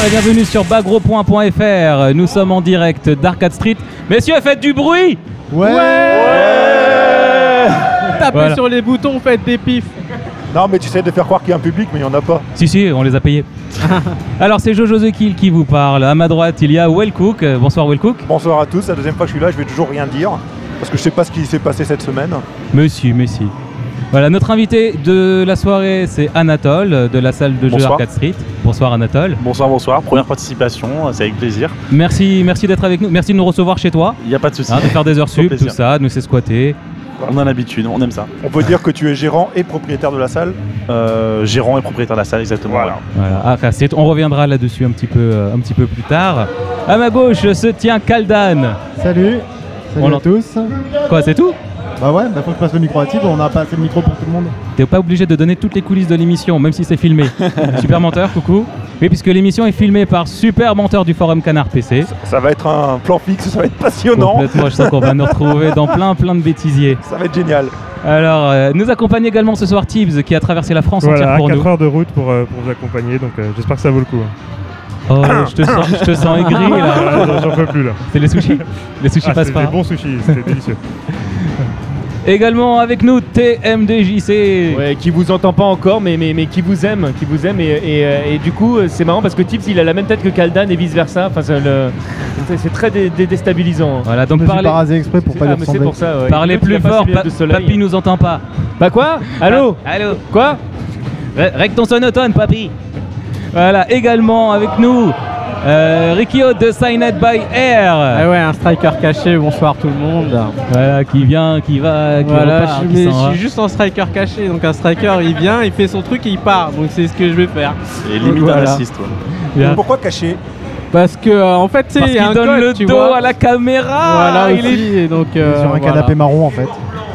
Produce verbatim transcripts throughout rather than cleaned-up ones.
et bienvenue sur bagro.fr. Nous sommes en direct d'Arcade Street. Messieurs, faites du bruit. Ouais, ouais, ouais. Tapez voilà. sur les boutons, faites des pifs. Non mais tu essaies de faire croire qu'il y a un public mais il n'y en a pas. Si si, on les a payés. Alors c'est Jojo The Kill qui vous parle. À ma droite il y a Wellcook. Bonsoir Wellcook. Bonsoir à tous, c'est la deuxième fois que je suis là, je vais toujours rien dire. Parce que je sais pas ce qui s'est passé cette semaine. Monsieur, monsieur. Voilà, notre invité de la soirée, c'est Anatole de la salle de jeu Bonsoir. Arcade Street. Bonsoir Anatole. Bonsoir, bonsoir. Première participation, c'est avec plaisir. Merci, merci d'être avec nous. Merci de nous recevoir chez toi. Il n'y a pas de souci. Hein, de faire des heures sup, tout ça, de nous laisser squatter. On a l'habitude, on aime ça. On peut dire que tu es gérant et propriétaire de la salle. Euh, gérant et propriétaire de la salle, exactement. Voilà. Voilà. Ah, c'est- on reviendra là-dessus un petit peu, euh, un petit peu plus tard. À ma gauche se tient Kaldan. Salut, salut On à tous. Quoi, c'est tout? Bah ouais, bah faut que je passe le micro à Tib, on n'a pas assez de micro pour tout le monde. T'es pas obligé de donner toutes les coulisses de l'émission, même si c'est filmé. Super Menteur, coucou. Oui, puisque l'émission est filmée par Super Menteur du forum Canard P C. Ça va être un plan fixe, ça va être passionnant. Complètement, je sens qu'on va nous retrouver dans plein plein de bêtisiers. Ça va être génial. Alors, euh, nous accompagne également ce soir Tibbs qui a traversé la France Voilà, entière pour quatre nous. heures de route pour, euh, pour vous accompagner, donc euh, j'espère que ça vaut le coup. Oh, je te sens, je te sens aigri là. Ah, J'en peux plus là. C'est les sushis. Les sushis Ah, passent c'était pas. des bons sushis, c'était délicieux. Également avec nous T M D J C. Ouais, qui vous entend pas encore, mais, mais, mais qui vous aime, qui vous aime. Et, et, euh, et du coup, c'est marrant parce que Tips, il a la même tête que Kaldan et vice versa. Enfin, c'est le- c'est- c'est très dé- dé- déstabilisant. Voilà, Je donc me suis parlez, pas rasé exprès pour pas Ah, lui mais c'est ressembler. pour ça. Ouais. parlez Il plus a pas fort, ses lunettes pa- de soleil. papy nous entend pas. Bah quoi? Allô? Ah, allô. Quoi? Ré- Règle ton sonotone, papy. Voilà, également avec nous euh, Rikio de Signed by Air. Ah ouais, un striker caché, bonsoir tout le monde. Voilà, qui vient, qui va, qui Voilà, repart, je, qui mais s'en je va. suis juste en striker caché, donc un striker il vient, il fait son truc et il part, donc c'est ce que je vais faire. Et limite Donc, un voilà. assist, toi. Bien. Pourquoi cacher? Parce que euh, en fait, tu sais, Parce il y a qu'il un donne code, le tu dos vois. à la caméra. Voilà il est... aussi, et donc Il est euh, sur un voilà. canapé marron en fait.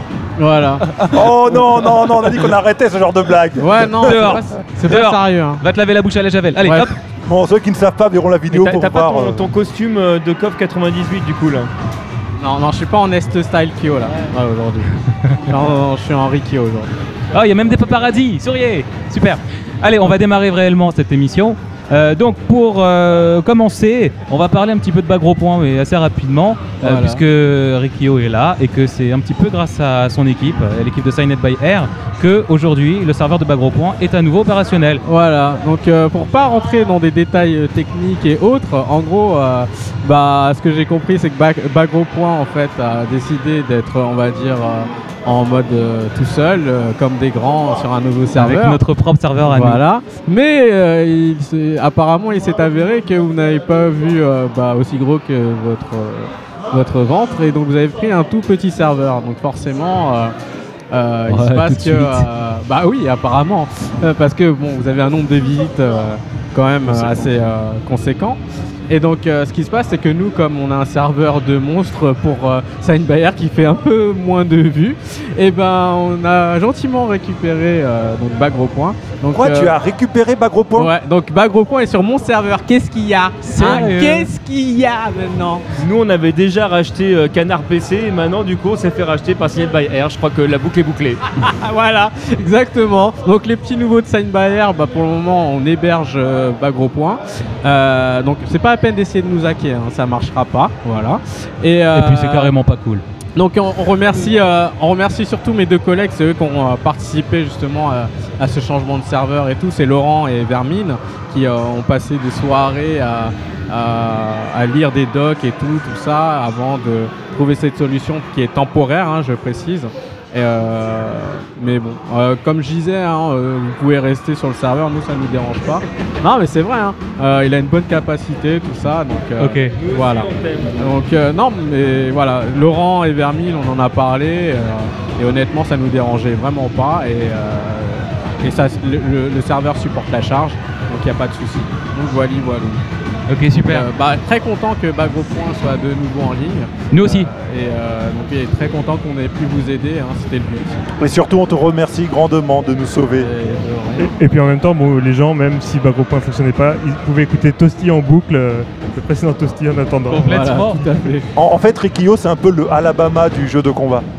Voilà. Oh non, non, non, on a dit qu'on arrêtait ce genre de blague. Ouais, non, c'est Dehors. pas, c'est pas Dehors. sérieux. Hein. Va te laver la bouche à la javel. Allez, Ouais. hop. Bon, ceux qui ne savent pas verront la vidéo T'as pour t'as pas voir. ton, euh, ton costume euh, de CoF quatre-vingt-dix-huit du coup là? Non, non, je suis pas en Est Style Kyo là, ouais, aujourd'hui. non, non, je suis en Rikyo aujourd'hui. Oh, il y a même des paparazzis. Souriez. Super. Allez, on va démarrer réellement cette émission. Euh, donc pour euh, commencer, on va parler un petit peu de Bagro Point, mais assez rapidement, euh, Voilà. puisque Rikio est là et que c'est un petit peu grâce à son équipe, euh, l'équipe de Signed by Air, que aujourd'hui le serveur de Bagro Point est à nouveau opérationnel. Voilà, donc euh, pour pas rentrer dans des détails euh, techniques et autres, en gros, euh, bah, ce que j'ai compris, c'est que Bag- Bagro Point en fait a décidé d'être, on va dire, euh, en mode euh, tout seul, euh, comme des grands sur un nouveau serveur. Avec notre propre serveur à nous. Voilà, mais euh, il s'est- apparemment il s'est avéré que vous n'avez pas vu euh, bah, aussi gros que votre, euh, votre ventre et donc vous avez pris un tout petit serveur. Donc forcément, euh, euh, il Ouais, se passe tout de que, suite. euh, bah oui, apparemment, euh, parce que bon, vous avez un nombre de visites euh, quand même euh, assez euh, conséquent. Et donc euh, ce qui se passe c'est que nous comme on a un serveur de monstres pour euh, Signed by Air qui fait un peu moins de vues, et ben on a gentiment récupéré euh, donc Bagro Point. Donc, Quoi, euh, tu as récupéré Bagro Point? Ouais, donc Bagro Point est sur mon serveur. Qu'est-ce qu'il y a? Hein, Sérieux? Qu'est-ce qu'il y a maintenant? Nous on avait déjà racheté euh, Canard P C et maintenant du coup on s'est fait racheter par Signed by Air. Je crois que la boucle est bouclée. Ah, voilà, exactement. Donc les petits nouveaux de Signed by Air, bah, pour le moment on héberge euh, Bagro Point. Euh, donc c'est pas la peine d'essayer de nous hacker, hein, ça marchera pas. Voilà. Et, Et euh, puis c'est carrément pas cool. Donc on, on remercie, euh, on remercie surtout mes deux collègues, c'est eux qui ont euh, participé justement euh, à ce changement de serveur et tout. C'est Laurent et Vermine qui euh, ont passé des soirées à, à- à lire des docs et tout, tout ça, avant de trouver cette solution qui est temporaire, hein, je précise. Et, euh, mais bon, euh, comme je disais, hein, euh, vous pouvez rester sur le serveur, nous ça nous dérange pas. Non mais c'est vrai, hein, euh, il a une bonne capacité, tout ça, donc euh, Ok. voilà. Donc euh, non mais voilà, Laurent et Vermille on en a parlé euh, et honnêtement ça nous dérangeait vraiment pas et, euh, et ça, le, le- le serveur supporte la charge donc il n'y a pas de souci. Donc voilà, voilà. Ok, super. Euh, bah, très content que Bagro Point soit de nouveau en ligne. Nous aussi. Euh, et euh, donc il est très content qu'on ait pu vous aider, hein, c'était le but. Et surtout, on te remercie grandement de nous sauver. Et de rien. Et, et puis en même temps, bon, les gens, même si Bagro Point ne fonctionnait pas, ils pouvaient écouter Toasty en boucle, euh, le précédent Toasty en attendant. Complètement. Voilà, tout à fait. En, en fait, Rikio, c'est un peu le Alabama du jeu de combat.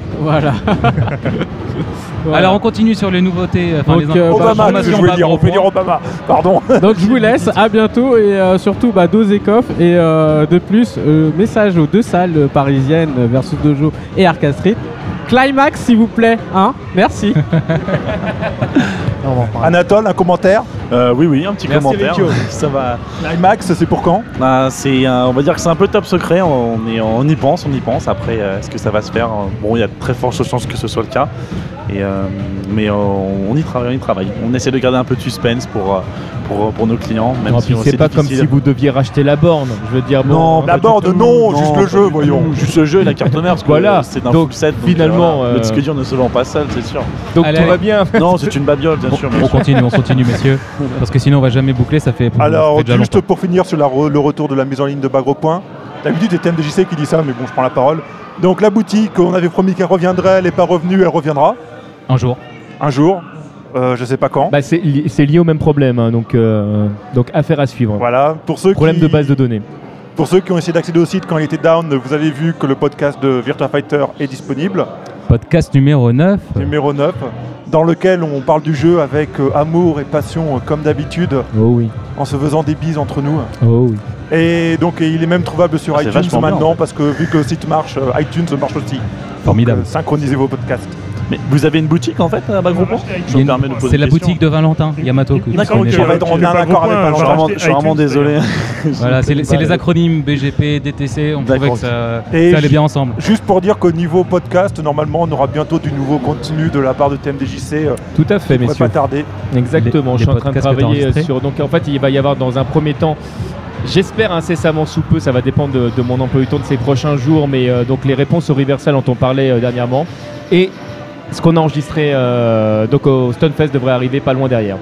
Voilà. Voilà. Alors on continue sur les nouveautés, enfin Donc, les euh, infos- bah, Obama, informations je voulais bas dire, gros on peut points. dire Obama. Pardon. Donc je vous laisse, à bientôt et euh, surtout bah, Dozekov et euh, de plus, euh, message aux deux salles parisiennes euh, Versus Dojo et Arcade Street. Climax s'il vous plaît, hein. Merci. On va en reparler. Anatole, un commentaire. Euh, oui, oui, un petit Merci, commentaire. Vecchio. Ça va. Climax, c'est pour quand? Bah, c'est, un- on va dire que c'est un peu top secret. On, est, on y pense, on y pense. Après, euh, est-ce que ça va se faire? Bon, il y a de très fortes chances que ce soit le cas. Et, euh, mais euh, on y travaille, on y travaille. On essaie de garder un peu de suspense pour, euh, pour, pour nos clients, même Non, si puis on- c'est pas comme difficile. si vous deviez racheter la borne. Je veux dire, bon, Non, la board, non, juste le jeu, pas du voyons. tout. Juste le jeu et la carte mère, parce que Voilà. euh, c'est un Donc, full set. donc, finalement, voilà. euh, le disque dur ne se vend pas seul, c'est sûr. donc Allez, tout va allez. bien. Non, c'est une babiole, bien sûr. bien On sûr. continue, on continue messieurs, parce que sinon on va jamais boucler, ça fait, ça Alors, fait déjà juste longtemps. pour finir sur la re- le retour de la mise en ligne de Bagro Point. D'habitude, c'est T M D J C qui dit ça, mais bon, je prends la parole. Donc, la boutique, on avait promis qu'elle reviendrait, elle n'est pas revenue, elle reviendra Un jour. un jour. Euh, je sais pas quand. Bah, c'est li- c'est lié au même problème, hein, donc, euh, donc affaire à suivre. Voilà. Pour ceux Problème qui... de base de données. Pour ceux qui ont essayé d'accéder au site quand il était down, vous avez vu que le podcast de Virtua Fighter est disponible, Podcast numéro neuf. numéro neuf, dans lequel on parle du jeu avec euh, amour et passion, euh, comme d'habitude, Oh oui. en se faisant des bises entre nous. Oh oui. Et donc, et il est même trouvable sur Ah, c'est iTunes vachement bien, maintenant, en fait. parce que vu que le site marche, euh, iTunes marche aussi. Formidable. Donc, euh, synchronisez vos podcasts. Mais vous avez une boutique en fait à Bagro Point? Je Il y a me une- permets de poser C'est une la question. boutique de Valentin Yamato. que tu D'accord, connais ok. déjà. On va être- on a un Bagro accord avec Point, Valentin. Je suis va vraiment, racheter je suis vraiment iTunes, désolé. Voilà, c'est les, c'est les acronymes B G P, D T C, on trouvait D'accord. que ça, Et ça allait ju- bien ensemble. Juste pour dire qu'au niveau podcast, normalement, on aura bientôt du nouveau contenu de la part de T M D J C. Euh, Tout à fait, il pourrait messieurs. pas tarder. Exactement, Les- je suis les en train de podcasts que t'as travailler enregistrés. sur. Donc en fait, il va y avoir dans un premier temps, j'espère incessamment sous peu, ça va dépendre de, de mon emploi du temps de ces prochains jours, mais euh, donc les réponses au Reversal dont on parlait euh, dernièrement. Et ce qu'on a enregistré euh, donc au Stunfest devrait arriver pas loin derrière.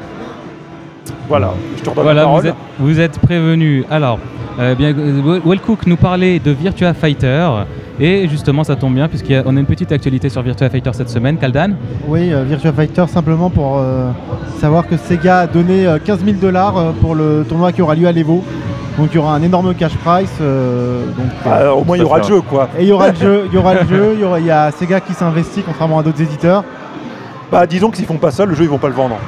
Voilà, je te redonne Voilà, la vous parole. êtes, vous êtes prévenus. Alors, euh, bien, euh, Wellcook nous parlait de Virtua Fighter. Et justement, ça tombe bien, puisqu'on a une petite actualité sur Virtua Fighter cette semaine. Kaldan? Oui, euh, Virtua Fighter, simplement pour euh, savoir que Sega a donné euh, quinze mille dollars euh, pour le tournoi qui aura lieu à l'Evo. Donc il y aura un énorme cash price. euh, donc, euh, Ah, au moins, il y aura le jeu, quoi. et il y aura le jeu, il y aura le jeu, il y, aura, il y a Sega qui s'investit contrairement à d'autres éditeurs. Bah, disons que s'ils font pas ça, le jeu, ils vont pas le vendre.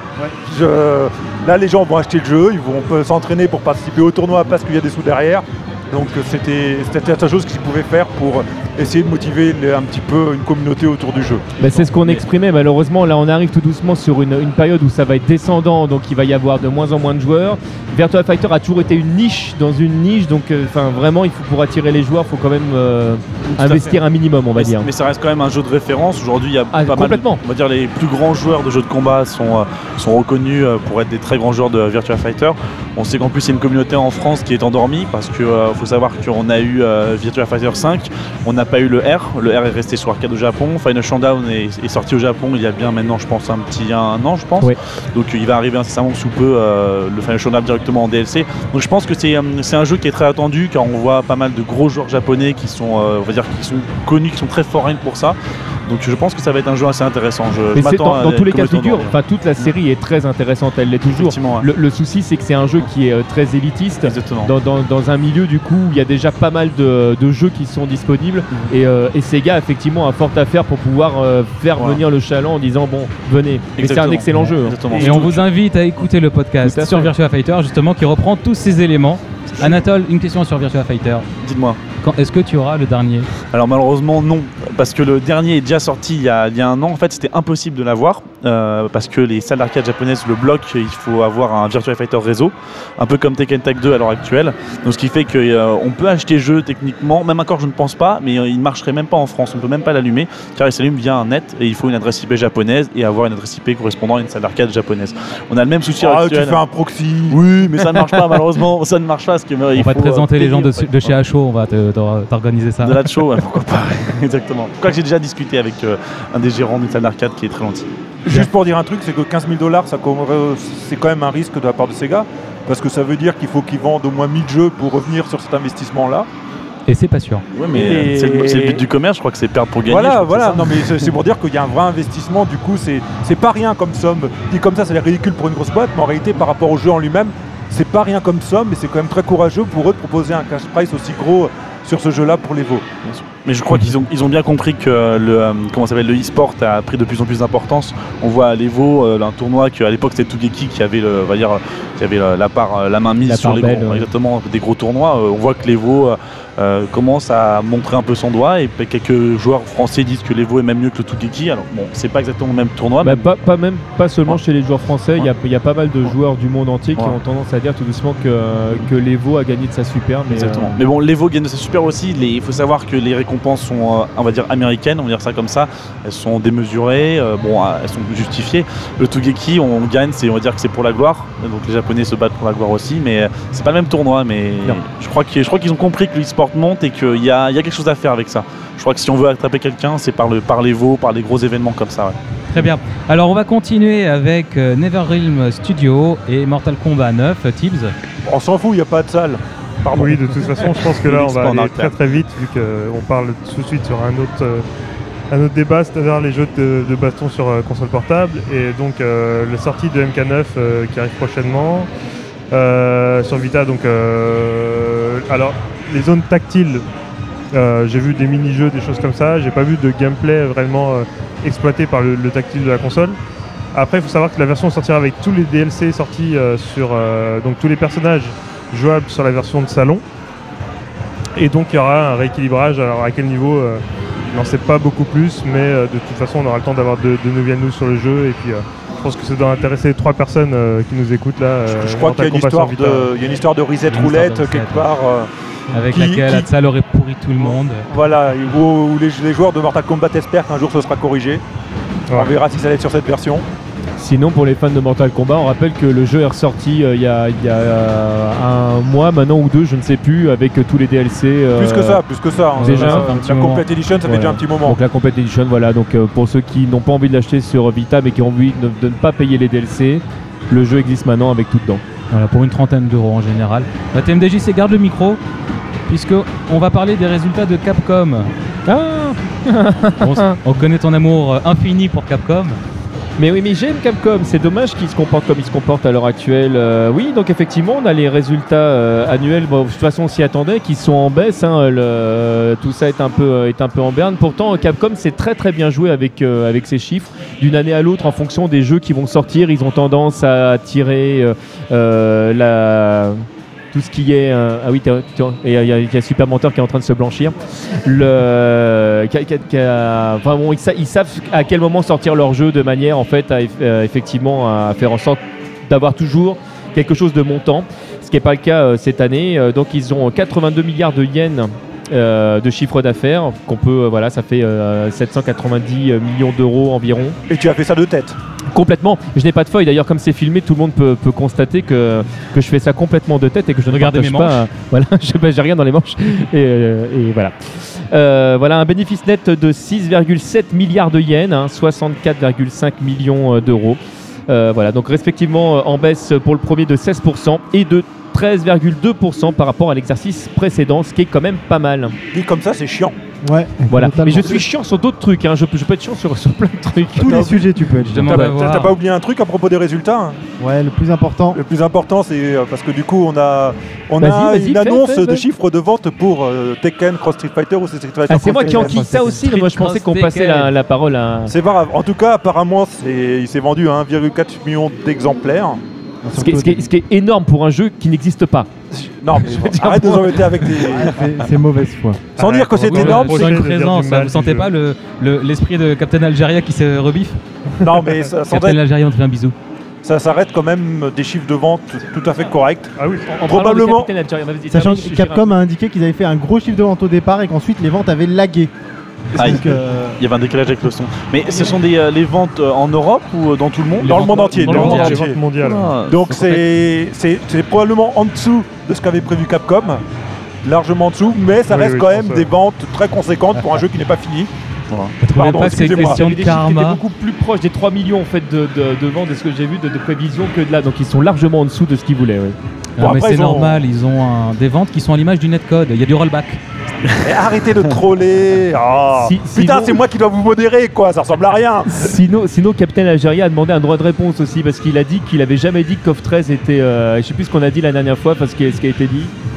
Je- Là, les gens vont acheter le jeu, ils vont euh, s'entraîner pour participer au tournoi parce qu'il y a des sous derrière. Donc euh, c'était c'était la chose qu'ils pouvaient faire pour essayer de motiver les- un petit peu une communauté autour du jeu. Bah, c'est ce qu'on exprimait, malheureusement là on arrive tout doucement sur une, une période où ça va être descendant, donc il va y avoir de moins en moins de joueurs. Virtua Fighter a toujours été une niche dans une niche, donc enfin vraiment il faut, pour attirer les joueurs, il faut quand même euh, à investir un minimum, on va Mais, dire. mais ça reste quand même un jeu de référence. Aujourd'hui, il y a Ah, pas mal. complètement. On va dire les plus grands joueurs de jeux de combat sont, euh, sont reconnus euh, pour être des très grands joueurs de Virtua Fighter. On sait qu'en plus, il y a une communauté en France qui est endormie parce qu'il faut savoir qu'on a eu euh, Virtua Fighter cinq, on n'a pas eu le R. Le R est resté sur arcade au Japon. Final Showdown est, est sorti au Japon il y a bien maintenant, je pense, un petit un an, je pense. Oui. Donc il va arriver incessamment sous peu euh, le Final Showdown directement en D L C. Donc je pense que c'est euh, c'est un jeu qui est très attendu car on voit pas mal de gros joueurs japonais qui sont, euh, on va dire, qui sont connus, qui sont très forains pour ça. Donc je pense que ça va être un jeu assez intéressant. Je, je Mais c'est m'attends dans, à dans une tous les cas de communauté figure, endormie. enfin toute la série est très intéressante, elle l'est toujours. Effectivement, ouais. Le, le souci c'est que c'est un jeu qui est euh, très élitiste. Exactement. Dans, dans- dans un milieu du coup où il y a déjà pas mal de, de jeux qui sont disponibles et, euh, et Sega effectivement a fort à faire pour pouvoir euh, faire Ouais. venir le chaland en disant bon venez. Mais c'est un Exactement. excellent jeu. hein. Exactement. Et on vous invite à écouter le podcast Tout à sur fait. Virtua Fighter, justement, qui reprend tous ces éléments. Anatole, une question sur Virtua Fighter. Dites-moi. Quand est-ce que tu auras le dernier? Alors malheureusement non, parce que le dernier est déjà sorti il y a, il y a un an. En fait, c'était impossible de l'avoir euh, parce que les salles d'arcade japonaises le bloquent. Il faut avoir un Virtua Fighter réseau, un peu comme Tekken Tag deux à l'heure actuelle. Donc ce qui fait qu'on euh, peut acheter le jeu techniquement, même encore je ne pense pas, mais euh, il ne marcherait même pas en France. On ne peut même pas l'allumer car il s'allume via un net et il faut une adresse I P japonaise et avoir une adresse I P correspondant à une salle d'arcade japonaise. On a le même souci à l'heure Ah, tu actuelle. fais un proxy. Oui, mais ça ne marche pas malheureusement. Ça ne marche pas parce que euh, il On va te faut, euh, présenter les gens de, payer, de chez H O, on va te- te- t'organiser ça. de la show, ouais, pourquoi pas. Exactement. Quoi que j'ai déjà discuté avec euh, un des gérants d'une salle d'arcade qui est très gentil. Juste pour dire un truc, c'est que quinze mille dollars, ça com- euh, c'est quand même un risque de la part de Sega, parce que ça veut dire qu'il faut qu'ils vendent au moins mille jeux pour revenir sur cet investissement-là. Et c'est pas sûr. Ouais, mais Et- c'est le, c'est le but du commerce, je crois que c'est perdre pour gagner. je Voilà, crois que voilà. c'est Non, mais c'est c'est pour dire qu'il y a un vrai investissement. Du coup, c'est c'est pas rien comme somme. Dit comme ça, ça a l'air ridicule pour une grosse boîte, mais en réalité, par rapport au jeu en lui-même, c'est pas rien comme somme, mais c'est quand même très courageux pour eux de proposer un cash price aussi gros sur ce jeu-là pour les veaux. ça. Mais je crois qu'ils ont, ils ont bien compris que le, euh, comment ça s'appelle, le e-sport a pris de plus en plus d'importance. On voit à l'Evo euh, un tournoi qu'à l'époque c'était Tougeki qui avait, le, on va dire, qui avait la, la, part, la main mise La sur part les belle, gros, ouais. exactement, des gros tournois. Euh, on voit que l'Evo euh, commence à montrer un peu son doigt et quelques joueurs français disent que l'Evo est même mieux que le Tougeki. Alors bon, c'est pas exactement le même tournoi. Bah, mais... pas, pas même pas seulement Ouais. chez les joueurs français, il y a- il y, a pas mal de joueurs du monde entier qui Ouais. ont tendance à dire tout doucement que, que l'Evo a gagné de sa super. Mais, Exactement. euh, Mais bon, l'Evo gagne de sa super aussi. Les- Il faut savoir que les récompenses sont, euh, on va dire, américaines, on va dire ça comme ça. Elles sont démesurées, euh, bon, euh, elles sont justifiées. Le Tougeki, on gagne, c'est, on va dire que c'est pour la gloire. Donc les Japonais se battent pour la gloire aussi, mais euh, c'est pas le même tournoi. Mais Non. je crois qu'ils, je crois qu'ils ont compris que l'e-sport monte et qu'il y a, il y a quelque chose à faire avec ça. Je crois que si on veut attraper quelqu'un, c'est par le, par l'Evo, par les gros événements comme ça. Ouais. Très bien. Alors on va continuer avec euh, NetherRealm Studio et Mortal Kombat neuf, Tibbs. On s'en fout, il n'y a pas de salle. Pardon. Oui, de toute façon, je pense que là, on va Sport aller arcade. très très vite vu qu'on parle tout de suite sur un autre, euh, un autre débat, c'est-à-dire les jeux de, de baston sur euh, console portable. Et donc, euh, la sortie de M K neuf euh, qui arrive prochainement euh, sur Vita. Donc, euh, alors, les zones tactiles, euh, j'ai vu des mini-jeux, des choses comme ça. J'ai pas vu de gameplay vraiment euh, exploité par le, le tactile de la console. Après, il faut savoir que la version sortira avec tous les D L C sortis euh, sur euh, donc tous les personnages jouables sur la version de salon. Et donc il y aura un rééquilibrage. Alors à quel niveau euh, je n'en sais pas beaucoup plus, mais euh, de toute façon on aura le temps d'avoir de, de nouvelles news sur le jeu. Et puis euh, je pense que ça doit intéresser trois personnes euh, qui nous écoutent là. euh, Je crois qu'il y a une Mortal Kombat histoire sur Vita. de, il y a une histoire de reset Une histoire roulette de reset, quelque ouais. part. euh, Avec Qui- laquelle qui- la salle aurait pourri tout le monde. Voilà, où, où les, les joueurs de Mortal Kombat espèrent qu'un jour ce sera corrigé. On Ouais. verra si ça va être sur cette version. Sinon, pour les fans de Mortal Kombat, on rappelle que le jeu est ressorti euh, il y a, il y a, euh, un mois maintenant ou deux, je ne sais plus, avec euh, tous les D L C. euh, Plus que ça, plus que ça. hein. déjà, la, ça fait un petit la moment. Complete Edition, ça fait Ouais. déjà un petit moment. Donc la Complete Edition, voilà. Donc euh, pour ceux qui n'ont pas envie de l'acheter sur Vita, mais qui ont envie de, de ne pas payer les D L C, le jeu existe maintenant avec tout dedans. Voilà, pour une trentaine d'euros en général. La T M D J, c'est garde le micro, puisque on va parler des résultats de Capcom. Ah On, s- on connaît ton amour euh, infini pour Capcom. Mais oui, mais j'aime Capcom. C'est dommage qu'ils se comportent comme ils se comportent à l'heure actuelle. Euh, oui, donc effectivement, on a les résultats euh, annuels. Bon, de toute façon, on s'y attendait, qui sont en baisse. Hein, le- tout ça est un peu euh, est un peu en berne. Pourtant, Capcom c'est très très bien joué avec euh, avec ces chiffres. D'une année à l'autre, en fonction des jeux qui vont sortir, ils ont tendance à tirer euh, euh, la tout ce qui est euh, ah oui t'es- t'es- et il y, a- il y a Super Mentor qui est en train de se blanchir le qui a- qui a- qui a- enfin bon ils, sa- ils savent à quel moment sortir leur jeu de manière en fait à eff- euh, effectivement à faire en sorte d'avoir toujours quelque chose de montant, ce qui n'est pas le cas euh, cette année. Euh, donc ils ont quatre-vingt-deux milliards de yens euh, de chiffre d'affaires qu'on peut euh, voilà ça fait euh, sept cent quatre-vingt-dix millions d'euros environ. Et tu as fait ça de tête. Complètement. Je n'ai pas de feuille. D'ailleurs, comme c'est filmé, tout le monde peut, peut constater que, que je fais ça complètement de tête et que je ne Regardez partage mes pas. euh, voilà, je bah, j'ai rien dans les manches. Et, euh, et voilà. Euh, voilà un bénéfice net de six virgule sept milliards de yens, hein, soixante-quatre virgule cinq millions euh, d'euros. Euh, voilà, donc respectivement euh, en baisse pour le premier de seize pour cent et de treize virgule deux pour cent par rapport à l'exercice précédent, ce qui est quand même pas mal. Dit comme ça, c'est chiant. Ouais, Voilà. totalement. Mais je suis chiant sur d'autres trucs. Hein. Je, peux, je peux être chiant sur, sur plein de trucs. Tous les sujets, tu peux être. Je chiant. demande T'as à t'as- voir. t'as pas oublié un truc à propos des résultats hein. Ouais, le plus important. Le plus important, c'est euh, parce que du coup, on a, on Vas-y, a vas-y, une fais, annonce fais, de fais. chiffres de vente pour euh, Tekken Cross Street Fighter ou c'est Street Fighter Ah, c'est Cross moi qui Tekken. enquille ça aussi. Moi, je pensais qu'on passait la, la parole à. C'est pas grave. En tout cas, apparemment, c'est- il s'est vendu à un virgule quatre million d'exemplaires. Ce qui, est, ce qui est- ce qui est énorme pour un jeu qui n'existe pas. Non, mais veux dire, arrête de nous moi- embêter avec des. Ouais, c'est- c'est mauvaise foi. Sans dire que c'est Oui, énorme, pour c'est une de dire du présence, mal vous du sentez jeu. pas le- le- l'esprit de Captain Algeria qui se rebiffe? non, mais ça, sans Captain être- Algeria, on te fait un bisou. ça s'arrête quand même des chiffres de vente tout à fait corrects. Ah oui. En Probablement. parlant de Captain Algeria, vas-y, Sachant termine, que je- Capcom a indiqué qu'ils avaient fait un gros chiffre de vente au départ et qu'ensuite les ventes avaient lagué. Ah, Donc, euh, Il y avait un décalage avec le son. Mais ce sont des, euh, les ventes euh, en Europe ou euh, dans tout le monde? Les Dans le monde ventes- entier. dans Dans le le monde monde Les entier. ventes mondiales. Ah, Donc c'est c'est- c'est probablement en dessous de ce qu'avait prévu Capcom, largement en dessous, mais ça Oui, reste oui, quand je même pense, des ouais. ventes très conséquentes pour un jeu qui n'est pas fini. Vous trouvez Pardon, pas que c'est une excusez-moi. question Il y de avait des chiffres qui étaient karma? beaucoup plus proches des trois millions en fait de, de, de ventes de ce que j'ai vu de, de prévisions que de là. Donc ils sont largement en dessous de ce qu'ils voulaient. Ouais. Non, Bon, mais après, c'est ils ont- normal, ils ont un- des ventes qui sont à l'image du netcode. Il y a du rollback. Et arrêtez de troller. Ah. Si- Putain, sinon- c'est moi qui dois vous modérer, quoi. Ça ressemble à rien. Sinon, sinon Captain Algeria a demandé un droit de réponse aussi parce qu'il a dit qu'il avait jamais dit que KOF treize était. Euh, je sais plus ce qu'on a dit la dernière fois parce que ce qui a été dit.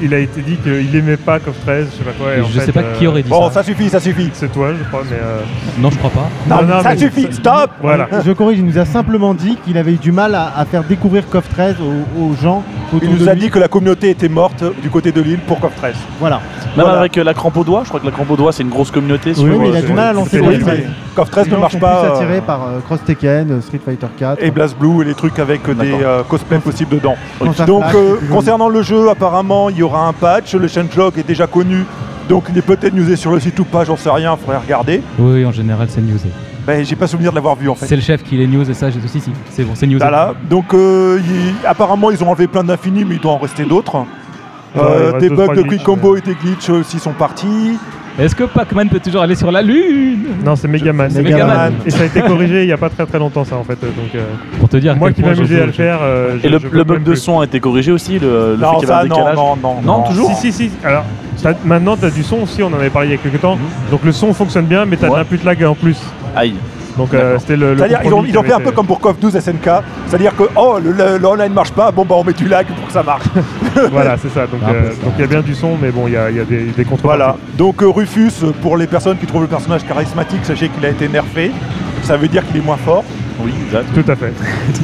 il a été dit qu'il aimait pas KOF treize, je sais pas quoi. Et en Je fait, sais pas euh, qui aurait dit Bon, ça. ça suffit, ça suffit. C'est toi, je crois, mais. euh, Non, je crois pas. Non, non, ça mais suffit, ça- stop. Voilà. Je corrige, il nous a simplement dit qu'il avait eu du mal à, à faire découvrir KOF treize aux, aux gens autour Il nous de a lui. dit que la communauté était morte du côté de l'île pour KOF treize. Voilà. Même Voilà. avec euh, la crampe au doigt, je crois que la crampe au doigt c'est une grosse communauté. sur, Oui, mais il a euh, du sur- mal à lancer c'est KOF oui, treize. mais- KOF treize Les ne gens marche sont pas. plus euh, attirés par euh, Cross Tekken, euh, Street Fighter quatre. Et BlazBlue et les trucs avec euh, des D'accord. euh, cosplays possibles dedans. Counter-Strike, Donc euh, c'est plus concernant le jeu, apparemment il y aura un patch, le changelog est déjà connu, donc il est peut-être newsé sur le site ou pas, j'en sais rien, faudrait regarder. Oui, en général, c'est newsé. Ben j'ai pas souvenir de l'avoir vu en fait. C'est le chef qui les news et ça, j'ai aussi, si. C'est bon, c'est newsé. Voilà. Donc euh, il- apparemment ils ont enlevé plein d'infinis, mais il doit en rester d'autres. Ouais, il Euh, reste des deux, bugs trois de glitches, quick combo et des glitches aussi sont partis. Est-ce que Pac-Man peut toujours aller sur la Lune? Non, c'est Megaman. C'est Megaman. Megaman. Et ça a été corrigé il y a pas très très longtemps, ça en fait. Donc, euh, Pour te dire. à moi quel qui point je m'amusais joue à au le jeu. faire. euh, je- Et le, je le peux bug même de plus. son a été corrigé aussi, le, le Non, fait qu'il y ça avait un non, décalage. non, non, Non, toujours Si, si, si. Alors, t'as- maintenant, tu as du son aussi, on en avait parlé il y a quelques temps. Donc le son fonctionne bien, mais tu as Ouais. de l'input lag en plus. Aïe. Donc euh, c'était le. le C'est-à-dire ils ont, compromis ils ont qui fait un avait peu été- comme pour KOF douze S N K, c'est-à-dire que oh le, le, le online marche pas, bon bah on met du lag pour que ça marche. Voilà, c'est ça. Donc Un peu euh, ça. donc il y a bien du son, mais bon, il y a, il y a des, des contreparties. Voilà. Donc euh, Rufus, euh, pour les personnes qui trouvent le personnage charismatique, sachez qu'il a été nerfé. Ça veut dire qu'il est moins fort. Oui, exact. Tout à fait.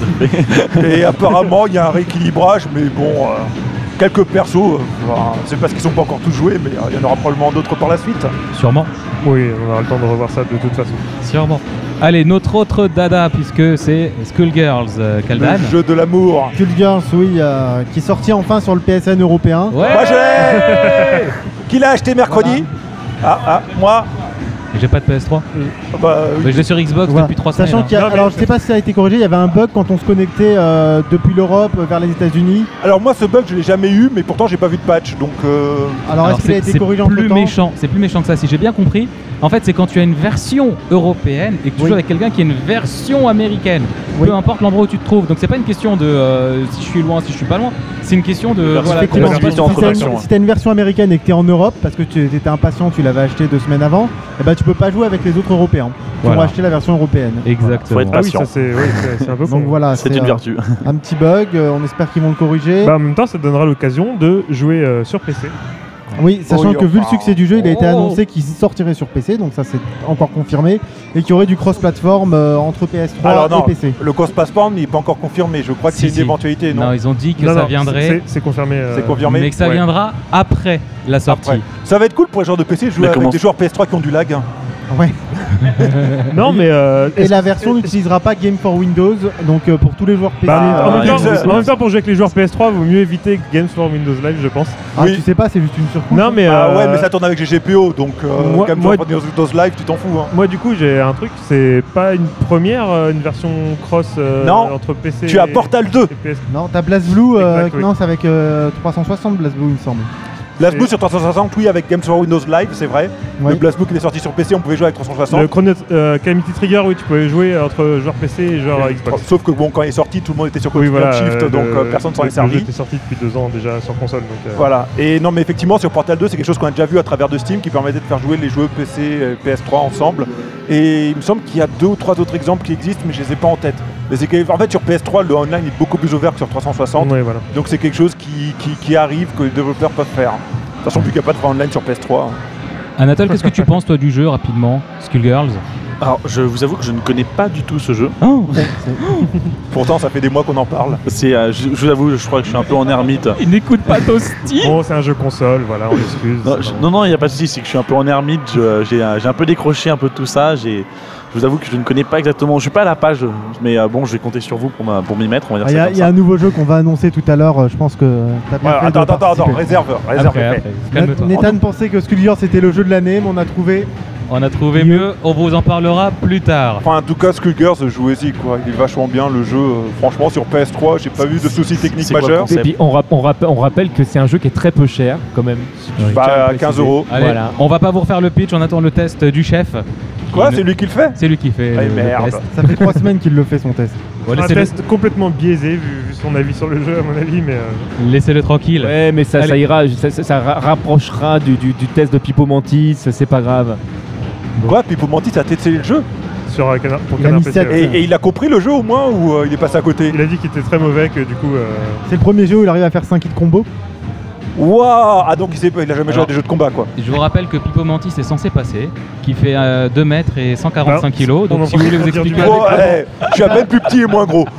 Et apparemment il y a un rééquilibrage, mais bon, euh, quelques persos, euh, enfin, c'est parce qu'ils sont pas encore tous joués, mais euh, il y en aura probablement d'autres par la suite. Sûrement. Oui, on aura le temps de revoir ça de toute façon. Sûrement. Allez, notre autre dada, puisque c'est Skullgirls, euh, Kaldan. Le jeu de l'amour. Skullgirls, oui, euh, qui est sorti enfin sur le P S N européen. Ouais. Moi je l'ai. Qui l'a acheté mercredi? Ah ah, moi. J'ai pas de P S trois. Bah, oui. Mais je l'ai sur Xbox Voilà. depuis trois semaines. Sachant hein. qu'il y a, Non, mais- alors je sais pas si ça a été corrigé, il y avait un bug quand on se connectait euh, depuis l'Europe vers les États-Unis. Alors moi ce bug je l'ai jamais eu, mais pourtant j'ai pas vu de patch, donc. euh, Alors, Alors, est-ce qu'il a c'est été c'est corrigé en plus temps méchant, c'est plus méchant que ça. Si j'ai bien compris, en fait, c'est quand tu as une version européenne et que tu Oui. joues avec quelqu'un qui a une version américaine. Oui. Peu importe l'endroit où tu te trouves. Donc c'est pas une question de euh, si je suis loin, si je suis pas loin. C'est une question de Version voilà, Effectivement, compatibilité si entre t'as une, versions, si t'as une version américaine et que tu es en Europe, parce que tu étais impatient, tu l'avais acheté deux semaines avant, et ben tu peux pas jouer avec les autres Européens qui Voilà. ont acheté la version européenne. Exactement. Faut être Ah oui, patient. ça c'est oui, c'est- c'est un peu Donc con. voilà, C'est c'est une euh, vertu. un petit bug, euh, on espère qu'ils vont le corriger. Bah, en même temps, ça te donnera l'occasion de jouer euh, sur P C. oui, sachant oui, que vu le enfin, succès du jeu, il a été oh. annoncé qu'il sortirait sur P C, donc ça c'est encore confirmé, et qu'il y aurait du cross-platform euh, entre P S trois Alors non, et P C. le Cross Platform il n'est pas encore confirmé, je crois que Si, c'est une si. éventualité, non, Non, ils ont dit que Non, ça non, viendrait, c'est- C'est confirmé. euh, C'est confirmé. mais que ça ouais. viendra après la sortie. Après. Ça va être cool pour les joueurs de P C de jouer Mais avec comment- des joueurs P S trois qui ont du lag. Ouais. Non, mais. euh, Et est-ce- la version n'utilisera pas Game for Windows, donc euh, pour tous les joueurs P C. Bah, euh, en, même ouais, temps, c'est- en même temps, pour jouer avec les joueurs P S trois, vaut mieux éviter Games for Windows Live, je pense. ah, oui. tu sais pas, c'est juste une surcouche. Non, mais. Ah euh, ouais, mais ça tourne avec G G P O, donc euh, moi- comme moi- sur Windows Live, tu t'en fous. Hein. Moi, du coup, j'ai un truc, c'est pas une première, euh, une version cross euh, Non, entre P C Tu as et- Portal deux. et P S. Non, t'as BlazBlue, euh, Exact, oui. non, c'est avec euh, trois cent soixante BlazBlue, il me semble. BlazBlue Et- sur trois cent soixante, oui, avec Games for Windows Live, c'est vrai. Ouais. Le BlazBlue qui est sorti sur P C, on pouvait jouer avec trois cent soixante. Le Chrono euh, Calamity Trigger, oui, tu pouvais jouer entre joueurs P C et joueurs Xbox. Sauf que bon, quand il est sorti, tout le monde était sur Oui, Continuum voilà. Shift, euh, donc le- euh, personne s'en le- est servi. Le jeu était sorti depuis deux ans déjà sur console. Donc, euh, Voilà. Et non, mais effectivement, sur Portal deux, c'est quelque chose qu'on a déjà vu à travers de Steam qui permettait de faire jouer les jeux P C et P S trois ensemble. Et il me semble qu'il y a deux ou trois autres exemples qui existent, mais je les ai pas en tête. Mais c'est que, en fait, sur P S trois, le online est beaucoup plus ouvert que sur trois cent soixante. ouais, voilà. Donc c'est quelque chose qui, qui, qui arrive, que les développeurs peuvent faire. De toute façon, vu qu'il n'y a pas de vrai online sur P S trois. Anatole, qu'est-ce que tu penses toi du jeu rapidement, Skullgirls? Alors, je vous avoue que je ne connais pas du tout ce jeu. Oh, Pourtant, ça fait des mois qu'on en parle. C'est, euh, je, je vous avoue, je crois que je suis un peu en ermite. il n'écoute pas Toasty. Bon, c'est un jeu console, voilà, on l'excuse. Non, je- non, non, il n'y a pas de souci, c'est que je suis un peu en ermite. je- J'ai euh, j'ai un peu décroché un peu de tout ça. j'ai- Je vous avoue que je ne connais pas exactement. Je suis pas à la page, mais euh, bon, je vais compter sur vous pour m'a- pour m'y mettre. On va dire Il y, ça a- comme y a ça. un nouveau jeu qu'on va annoncer tout à l'heure, euh, je pense que t'as bien Ouais, fait attends, de attends, attends, participer. réserve, réserve Après, est fait. après, calme-toi. Nathan pensait que Skullgirls c'était le jeu de l'année, mais on a trouvé. On a trouvé mieux, on vous en parlera plus tard. Enfin, en tout cas, Skullgirls, jouez-y quoi. Il est vachement bien le jeu. euh, Franchement, sur P S trois, j'ai pas vu de soucis techniques c'est quoi le majeurs. concept Et puis on, rap- on rap- on rappelle que c'est un jeu qui est très peu cher quand même. si tu tiens à Bah, le à préciser. quinze euros. Allez, Voilà. on va pas vous refaire le pitch, on attend le test du chef. Quoi, Il- c'est lui qui le fait? C'est lui qui fait Ah, le, le merde. test. Ça fait trois semaines qu'il le fait son test. Bon, un laissez-le, test complètement biaisé vu, vu son avis sur le jeu, à mon avis, mais. euh, laissez-le tranquille. Ouais, mais ça, ça Allez. ira, ça, ça- ça ra- rapprochera du, du- du test de Pipo Mantis, c'est pas grave. Quoi, Pipo Mantis a testé le jeu? sur euh, Canard, pour Il a Canard mis P C. sept. ouais. Et, et il a compris le jeu au moins ou euh, il est passé à côté? Il a dit qu'il était très mauvais, que du coup. euh, C'est le premier jeu où il arrive à faire cinq hits combo. Waouh. Ah donc il, sait, il a jamais joué Alors, à des jeux de combat quoi. Je vous rappelle que Pipo Mantis est censé passer, qui fait euh, deux mètres et cent quarante-cinq Bah, kilos. on Donc en si vous voulez vous dire du expliquer... mal. Oh, avec- eh, je suis à peine plus petit et moins gros.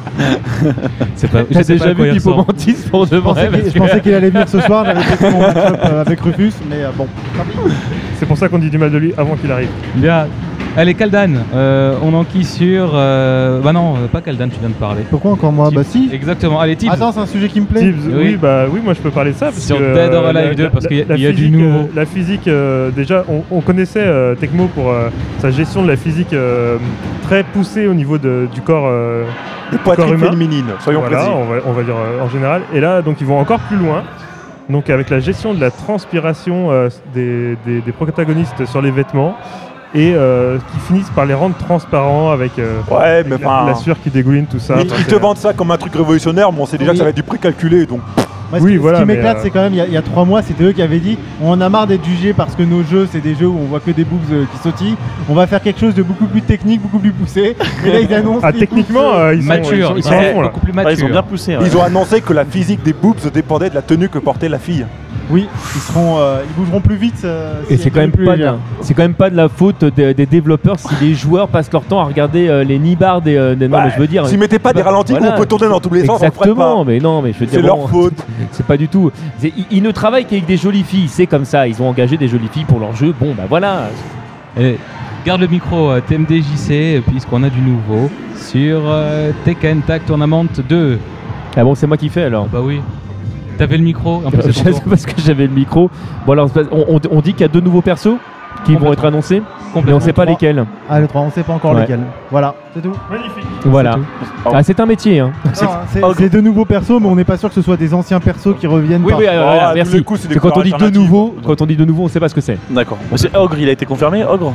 C'est pas, je J'ai sais pas déjà à quoi vu il Pipo ressemble. Mantis pour de Je pensais vrai. qu'il- parce je que- pensais qu'il allait venir ce soir, j'avais fait mon match-up euh, avec Rufus, mais euh, bon. C'est pour ça qu'on dit du mal de lui avant qu'il arrive. Bien. Allez, Kaldan, euh, on enquille sur... euh, Bah non, euh, pas Kaldan, tu viens de parler. Pourquoi encore moi? Tibbs. Bah si. Exactement, allez, Tibbs. Attends, c'est un sujet qui me plaît. Tibbs, Oui. oui. bah oui, moi je peux parler de ça. Parce Sur que, Dead or euh, Alive la- deux, parce la- qu'il y a- la il y a du physique, nouveau. euh, la physique, euh, déjà, on, on connaissait euh, Tecmo pour euh, sa gestion de la physique euh, très poussée au niveau de- du corps. euh, Des corps poitrines humain. féminines, soyons Voilà, précis. on va, on va dire euh, en général. Et là, donc ils vont encore plus loin. Donc avec la gestion de la transpiration euh, des, des- des protagonistes sur les vêtements et euh, qui finissent par les rendre transparents avec, euh, Ouais, mais avec la, enfin. la sueur qui dégouline, tout ça. Ils, Enfin, ils c'est- te vendent ça comme un truc révolutionnaire, mais on sait déjà Oui. que ça va être du précalculé, donc Moi, ce Oui, qui, voilà, ce qui mais, m'éclate, euh, c'est quand même, il y a- il y, a trois mois, c'était eux qui avaient dit on en a marre d'être jugés parce que nos jeux, c'est des jeux où on voit que des boobs euh, qui sautillent. On va faire quelque chose de beaucoup plus technique, beaucoup plus poussé. Et là, ils annoncent. Ah, qu'ils techniquement, poussent, euh, ils sont, Mature, ils sont, ils ils sont sont à fond, là. beaucoup plus Ah, ils ont bien matures. poussé. ouais. ils ont annoncé que la physique des boobs dépendait de la tenue que portait la fille. Oui, ils seront, euh, ils bougeront plus vite. euh, Et si c'est elles quand même plus pas de, légères. c'est quand même pas de la faute des, des développeurs si les joueurs passent leur temps à regarder euh, les nibards des, euh, des- non Bah, mais je veux dire S'ils mettaient pas des bah, ralentis voilà. où on peut tourner dans tous les sens, on le ferait exactement pas. mais non mais je veux dire C'est leur bon, faute. c'est pas du tout c'est- ils, ils ne travaillent qu'avec des jolies filles, c'est comme ça, ils ont engagé des jolies filles pour leur jeu, bon bah voilà. Et garde le micro, euh, T M D J C, puisqu'on a du nouveau sur euh, Tekken Tag Tournament deux. Ah bon, c'est moi qui fais alors. Bah oui. T'avais le micro, en plus Euh, c'est ton tour. parce que j'avais le micro. Bon alors on, on- on dit qu'il y a deux nouveaux persos qui vont être annoncés, mais on sait pas Trois. lesquels. Ah, le trois, on sait pas encore Ouais. lesquels. Voilà, c'est tout. Magnifique. Voilà. tout. Ah, c'est un métier hein. Non, C'est c'est de nouveaux persos, mais on n'est pas sûr que ce soit des anciens persos qui reviennent. Oui par- oui, euh, Oh, voilà, à tous merci. les coups, c'est des C'est quand on dit couleurs de nouveau, alternatives. quand on dit de nouveau, on sait pas ce que c'est. D'accord. Mais c'est Ogre, il a été confirmé, Ogre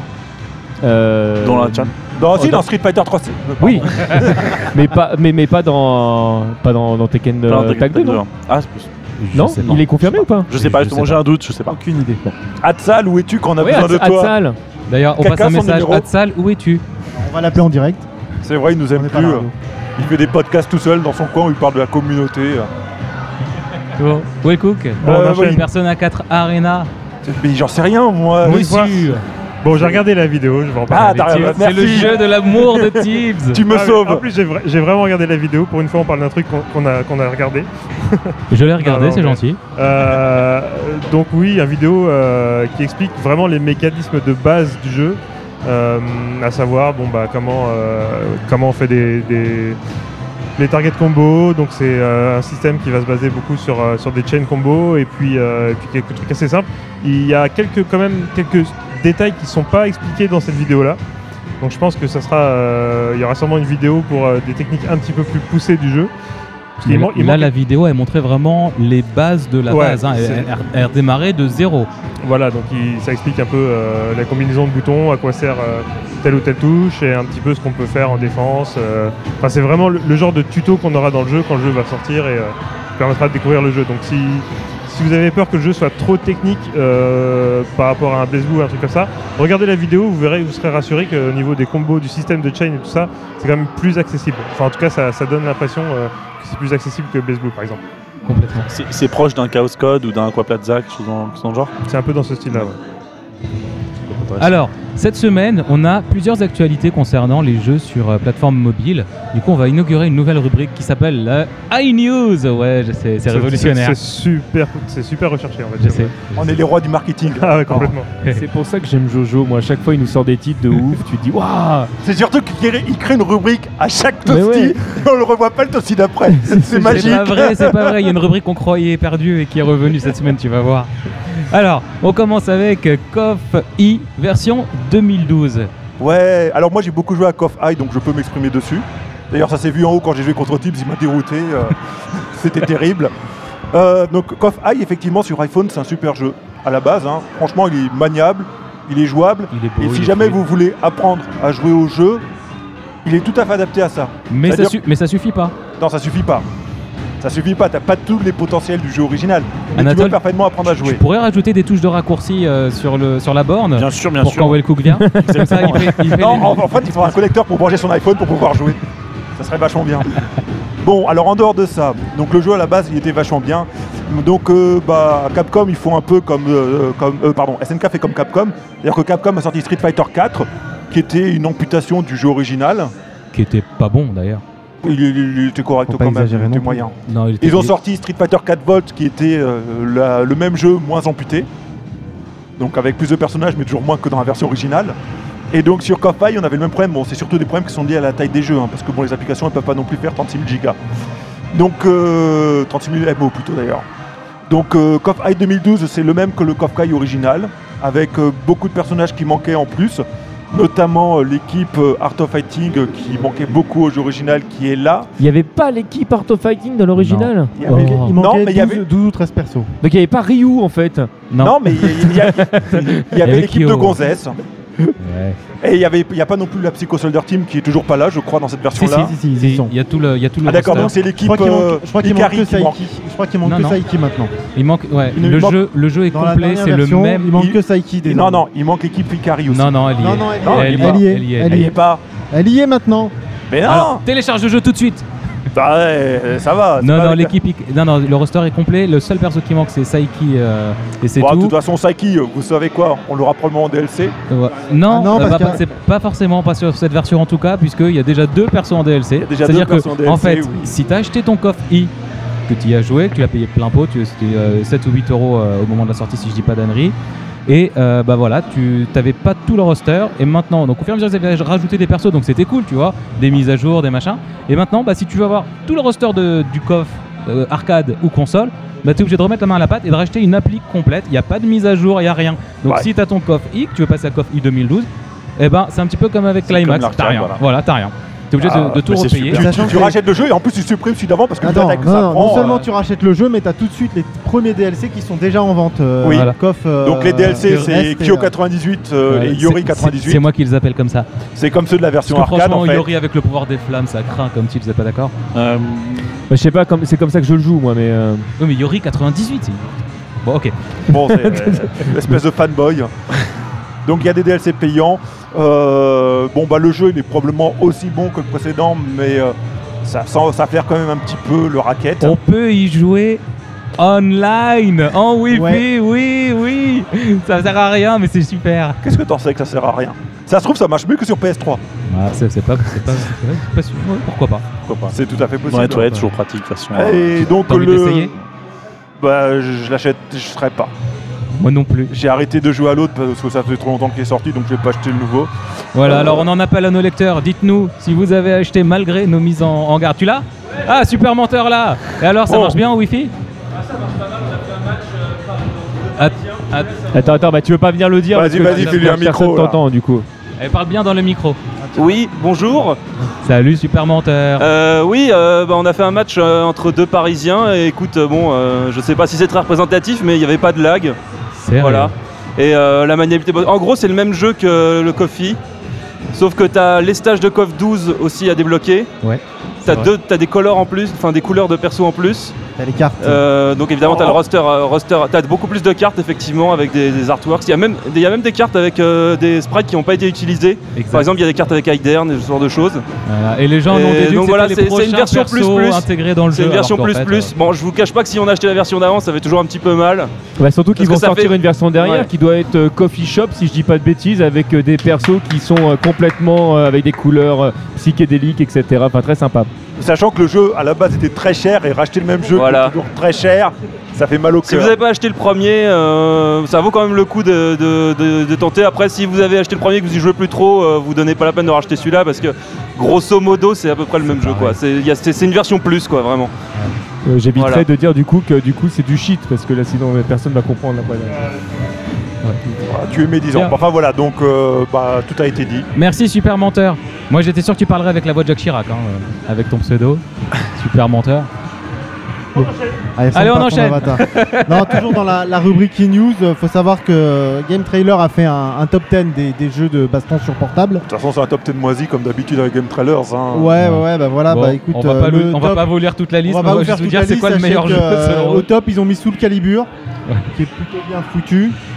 Euh, Dans la chat. Non, si, Oh, dans dans- Street Fighter trois. c'est- Oui, mais pas, mais, mais pas dans, pas dans, dans Tekken euh, Enfin, Tekken Tag deux, deux, non hein. Ah, c'est possible. Non, sais pas. il est confirmé ou pas Je sais pas, Je justement, sais j'ai pas. un doute, je sais pas. Aucune idée. Hatsal, où es-tu quand on a Oui, besoin de toi Hatsal. D'ailleurs, on Caca, passe un son message. numéro. Hatsal, où es-tu? On va l'appeler en direct. C'est vrai, il nous On aime est pas plus. là, euh. nous. Il fait des podcasts tout seul dans son coin où il parle de la communauté. euh. Bon. Well Cook, Bon, on Euh, enchaîne. oui. Persona quatre Arena. Mais j'en sais rien, moi. Monsieur. Bon, j'ai regardé la vidéo, je vais en parler. Ah, t'as raison. C'est le Merci. jeu de l'amour de Tibbs. Tu me Ah, mais sauves. En plus, j'ai vra- j'ai vraiment regardé la vidéo. Pour une fois, on parle d'un truc qu'on qu'on a, qu'on a regardé. Je l'ai regardé, Non, non, c'est mais- gentil. Euh, donc oui, une vidéo euh, qui explique vraiment les mécanismes de base du jeu, euh, à savoir bon bah comment euh, comment on fait des, des- les target combos. Donc c'est euh, un système qui va se baser beaucoup sur euh, sur des chain combos et puis euh, et puis quelques trucs assez simples. Il y a quelques quand même quelques détails qui sont pas expliqués dans cette vidéo là. Donc je pense que ça sera euh, il y aura sûrement une vidéo pour euh, des techniques un petit peu plus poussées du jeu. Parce qu'il Là, man- il là, manque- la vidéo, elle montrait vraiment les bases de la Ouais, base. hein. Elle, c'est- elle- elle redémarrait de zéro. Voilà, donc il- ça explique un peu euh, la combinaison de boutons, à quoi sert euh, telle ou telle touche, et un petit peu ce qu'on peut faire en défense. euh. Enfin, c'est vraiment le, le genre de tuto qu'on aura dans le jeu quand le jeu va sortir et euh, qui permettra de découvrir le jeu. Donc si, si vous avez peur que le jeu soit trop technique euh, par rapport à un BlazBlue ou un truc comme ça, regardez la vidéo, vous verrez, vous serez rassuré qu'au niveau des combos, du système de chain et tout ça, c'est quand même plus accessible. Enfin, en tout cas, ça, ça donne l'impression euh, que c'est plus accessible que BlazBlue, par exemple. Complètement. C'est c'est proche d'un Chaos Code ou d'un Aquaplaza, quelque chose dans, dans le genre. C'est un peu dans ce style-là. ouais. Alors, cette semaine, on a plusieurs actualités concernant les jeux sur euh, plateforme mobile. Du coup, on va inaugurer une nouvelle rubrique qui s'appelle euh, iNews. Ouais, je sais, c'est révolutionnaire. C'est super, c'est super recherché, on va Je dire. sais. On est les rois du marketing. Ah ouais, complètement. C'est pour ça que j'aime Jojo. Moi, à chaque fois, il nous sort des titres de ouf. Tu te dis, waouh. C'est surtout qu'il crée- il crée une rubrique à chaque Mais toasty ouais. et on le revoit pas le toasty d'après. C'est C'est magique. pas vrai, c'est pas vrai. Il y a une rubrique qu'on croyait perdue et qui est revenue cette semaine, tu vas voir. Alors, on commence avec euh, K O F I version deux mille douze. Ouais, alors moi j'ai beaucoup joué à K O F I donc je peux m'exprimer dessus. D'ailleurs ça s'est vu en haut quand j'ai joué contre Tibbs, il m'a dérouté. euh, C'était terrible. Euh, donc K O F I effectivement sur iPhone c'est un super jeu à la base. hein. Franchement il est maniable, il est jouable. Il est beau, Et il si est jamais fluide. vous voulez apprendre à jouer au jeu, il est tout à fait adapté à ça. Mais ça, C'est-à-dire- su- mais ça suffit pas. Non ça suffit pas. Ça suffit pas, t'as pas tous les potentiels du jeu original. Mais tu Anatole, peux parfaitement apprendre à Tu jouer. pourrais rajouter des touches de raccourci euh, sur, le, sur la borne Bien sûr, bien pour quand sûr. Wellcook vient. Comme ça, il fait, il fait Non, les- en, en fait il faudra un connecteur pour brancher son iPhone pour pouvoir jouer. Ça serait vachement bien. Bon, alors en dehors de ça, donc le jeu à la base il était vachement bien. Donc euh, bah, Capcom ils font un peu comme, euh, comme euh, pardon, S N K fait comme Capcom. C'est-à-dire que Capcom a sorti Street Fighter quatre, qui était une amputation du jeu original. Qui était pas bon d'ailleurs. Il, il- il était correct Faut pas quand même, exagérer il non était plus. moyen. Non, il était- Ils ont sorti Street Fighter quatre Volt qui était euh, la- le même jeu moins amputé. Donc avec plus de personnages mais toujours moins que dans la version originale. Et donc sur KOF High on avait le même problème. Bon, c'est surtout des problèmes qui sont liés à la taille des jeux, hein, parce que bon, les applications elles peuvent pas non plus faire trente-six mille gigas. Donc euh, trente-six mille M O plutôt d'ailleurs. Donc euh, KOF High deux mille douze c'est le même que le KOF High original, avec euh, beaucoup de personnages qui manquaient en plus, notamment euh, l'équipe euh, Art of Fighting euh, qui manquait beaucoup au jeu original qui est là. Il n'y avait pas l'équipe Art of Fighting dans l'original. Il y avait- Oh. Il Non, manquait mais il y avait- douze, douze ou treize persos. Donc il n'y avait pas Ryu en fait. Non. Non, mais il y, il y a- il y avait avait l'équipe Kyo. de Gonzès. Ouais. Et il n'y avait- il y a pas non plus la Psycho Soldier Team qui est toujours pas là, je crois, dans cette Si, si, version-là. si, si, ils y Si, sont. Il y a tout le, il y a tout le Ah d'accord, roster. donc c'est Je l'équipe crois qu'il manque, euh, je crois qu'il manque Ikari que qui manque. Saiki. Je crois qu'il manque Non, que non. Saiki maintenant. Il manque, ouais, Il le, manque- jeu, le jeu est Dans la complet, dernière c'est le version, même. il manque il- que Saiki Non, désormais. non, il manque l'équipe Ikari aussi. Non, non, elle y est. Non, non, elle y est. Non, elle, elle y y est. est. Elle y est. Elle y Elle y est pas. Elle y est maintenant. Mais non Alors, télécharge le jeu tout de suite. Bah ouais, ça va. c'est Non, pas non, avec- l'équipe, Ic- non, non, le roster est complet. Le seul perso qui manque, c'est Saiki euh, et c'est Bon, de tout. toute façon, Saiki, vous savez quoi, on l'aura probablement en D L C. Ouais. Non, Ah non, euh, parce bah, que- c'est pas forcément pas sur cette version en tout cas, puisqu'il y a déjà deux persos en D L C. Il y a déjà C'est-à-dire deux persos en que, D L C, en fait, oui. si tu as acheté ton coffre I, que tu y as joué, que tu l'as payé plein pot, tu- c'était euh, sept ou huit euros euh, au moment de la sortie, si je dis pas d'annerie. Et euh, bah voilà, tu n'avais pas tout le roster. Et maintenant, donc au fur et à mesure, ils avaient rajouté des persos, donc c'était cool, tu vois, des mises à jour, des machins. Et maintenant, bah, si tu veux avoir tout le roster de, du coffre euh, arcade ou console, bah, tu es obligé de remettre la main à la pâte et de racheter une appli complète. Il n'y a pas de mise à jour, il n'y a rien. Donc Ouais. si tu as ton coffre I, que tu veux passer à coffre I deux mille douze, eh ben, c'est un petit peu comme avec C'est Climax, comme l'arcade, t'as rien. voilà. Voilà, t'as rien. T'es obligé Ah, de, de tout mais c'est repayer. super. Sachant Tu que- rachètes le jeu et en plus tu supprimes celui d'avant parce que Attends, le que non, ça non, prend. non seulement euh, tu rachètes le jeu, mais tu as tout de suite les premiers D L C qui sont déjà en vente. euh, Oui. voilà. Coff, euh, Donc les D L C euh, c'est reste et, Kyo euh, quatre-vingt-dix-huit euh, Ouais, et c'est- Yori c'est- quatre-vingt-dix-huit. C'est moi qui les appelle comme ça. C'est comme ceux de la version Parce que arcade franchement, en fait. Yori avec le pouvoir des flammes, ça craint comme titre, vous êtes pas d'accord? Euh, Bah, je sais pas, comme- c'est comme ça que je le joue moi, mais. euh, Oui, mais Yori quatre-vingt-dix-huit, c'est... Bon, ok. Bon, c'est euh, espèce de fanboy. Donc il y a des D L C payants. Euh, bon bah le jeu il est probablement aussi bon que le précédent, mais euh, ça, sent- ça perd quand même un petit peu le racket. On peut y jouer online, en Wi-Fi, Ouais. oui, oui. Ça sert à rien, mais c'est super. Qu'est-ce que t'en sais que ça sert à rien? Ça se trouve ça marche mieux que sur P S trois. Ah, c'est, c'est pas, c'est pas, c'est pas, c'est pas sûr. Ouais, pourquoi pas? pourquoi pas. C'est tout à fait Dans possible. les toilettes, toujours pratique de toute façon. Et donc T'as envie le. d'essayer? Bah je, je l'achète, je serai pas. Moi non plus. J'ai arrêté de jouer à l'autre parce que ça fait trop longtemps qu'il est sorti, donc je vais pas acheter le nouveau. Voilà, Euh, alors on en appelle à nos lecteurs. Dites-nous si vous avez acheté malgré nos mises en, en garde. Tu l'as? Ah, super menteur là. Et alors, ça Bon. marche bien en Wi-Fi? Att- att- Attends, attends, bah tu veux pas venir le dire? Vas-y, parce que vas-y, personne- fais-lui un micro, Personne là. t'entend du coup. Elle parle bien dans le micro. Oui, bonjour. Salut, super menteur. Euh, oui, euh, bah, on a fait un match euh, entre deux Parisiens. Et écoute, euh, bon, euh, je sais pas si c'est très représentatif, mais il n'y avait pas de lag. Sérieux? Voilà. Et euh, la maniabilité. En gros, c'est le même jeu que le Coffee. Sauf que tu as les stages de Coff douze aussi à débloquer. Ouais. Tu as, vrai. deux, t'as des colors en plus, enfin des couleurs de perso en plus. T'as les cartes. Euh, donc évidemment, tu as le roster. euh, roster tu as beaucoup plus de cartes, effectivement, avec des, des artworks. Il y, a même, il y a même des cartes avec euh, des sprites qui n'ont pas été utilisés. Exact. Par exemple, il y a des cartes avec Aidern et ce genre de choses. Voilà. Et les gens Et ont déduit donc que voilà, c'était c'est- les c'est une prochains version plus persos plus. intégrés dans le jeu. C'est une version alors qu'en plus fait, plus. euh, Bon, je vous cache pas que si on achetait la version d'avant, ça fait toujours un petit peu mal. Bah, surtout qu'ils Parce vont que ça sortir fait- une version derrière Ouais. qui doit être euh, Coffee Shop, si je dis pas de bêtises, avec euh, des persos qui sont euh, complètement euh, avec des couleurs euh, psychédéliques, et cetera. Enfin, très sympa. Sachant que le jeu à la base était très cher et racheter le même jeu Voilà. qui est toujours très cher, ça fait mal au Si cœur. vous n'avez pas acheté le premier, euh, ça vaut quand même le coup de, de- de- de tenter. Après, si vous avez acheté le premier et que vous y jouez plus trop, euh, vous donnez pas la peine de racheter celui-là parce que grosso modo, c'est à peu près le même jeu. quoi. C'est il y a- c'est- c'est une version plus, quoi, vraiment. Euh, J'éviterai Voilà. de dire du coup que du coup c'est du shit parce que là sinon euh, personne va comprendre. Là, voilà. Voilà, tu es médisant. Bien. Enfin voilà, donc euh, bah, tout a été dit. Merci, super menteur. Moi, j'étais sûr que tu parlerais avec la voix de Jacques Chirac, hein, euh, avec ton pseudo. Super menteur. Allez, Allez, on pas ton enchaîne. avatar. Non, toujours dans la, la rubrique e-news, euh, faut savoir que Game Trailer a fait un, un top dix des, des jeux de baston sur portable. De toute façon, c'est un top dix moisi comme d'habitude avec Game Trailers. Hein. Ouais, ouais, ouais, bah voilà, Bon, bah écoute, on va, euh, pas, le le- on va top- pas vous lire toute la liste, on va mais pas on vous va faire juste vous toute dire la c'est quoi le liste, meilleur sachez jeu que, euh, selon Au eux. top, ils ont mis Soul Calibur, Ouais. qui est plutôt bien foutu,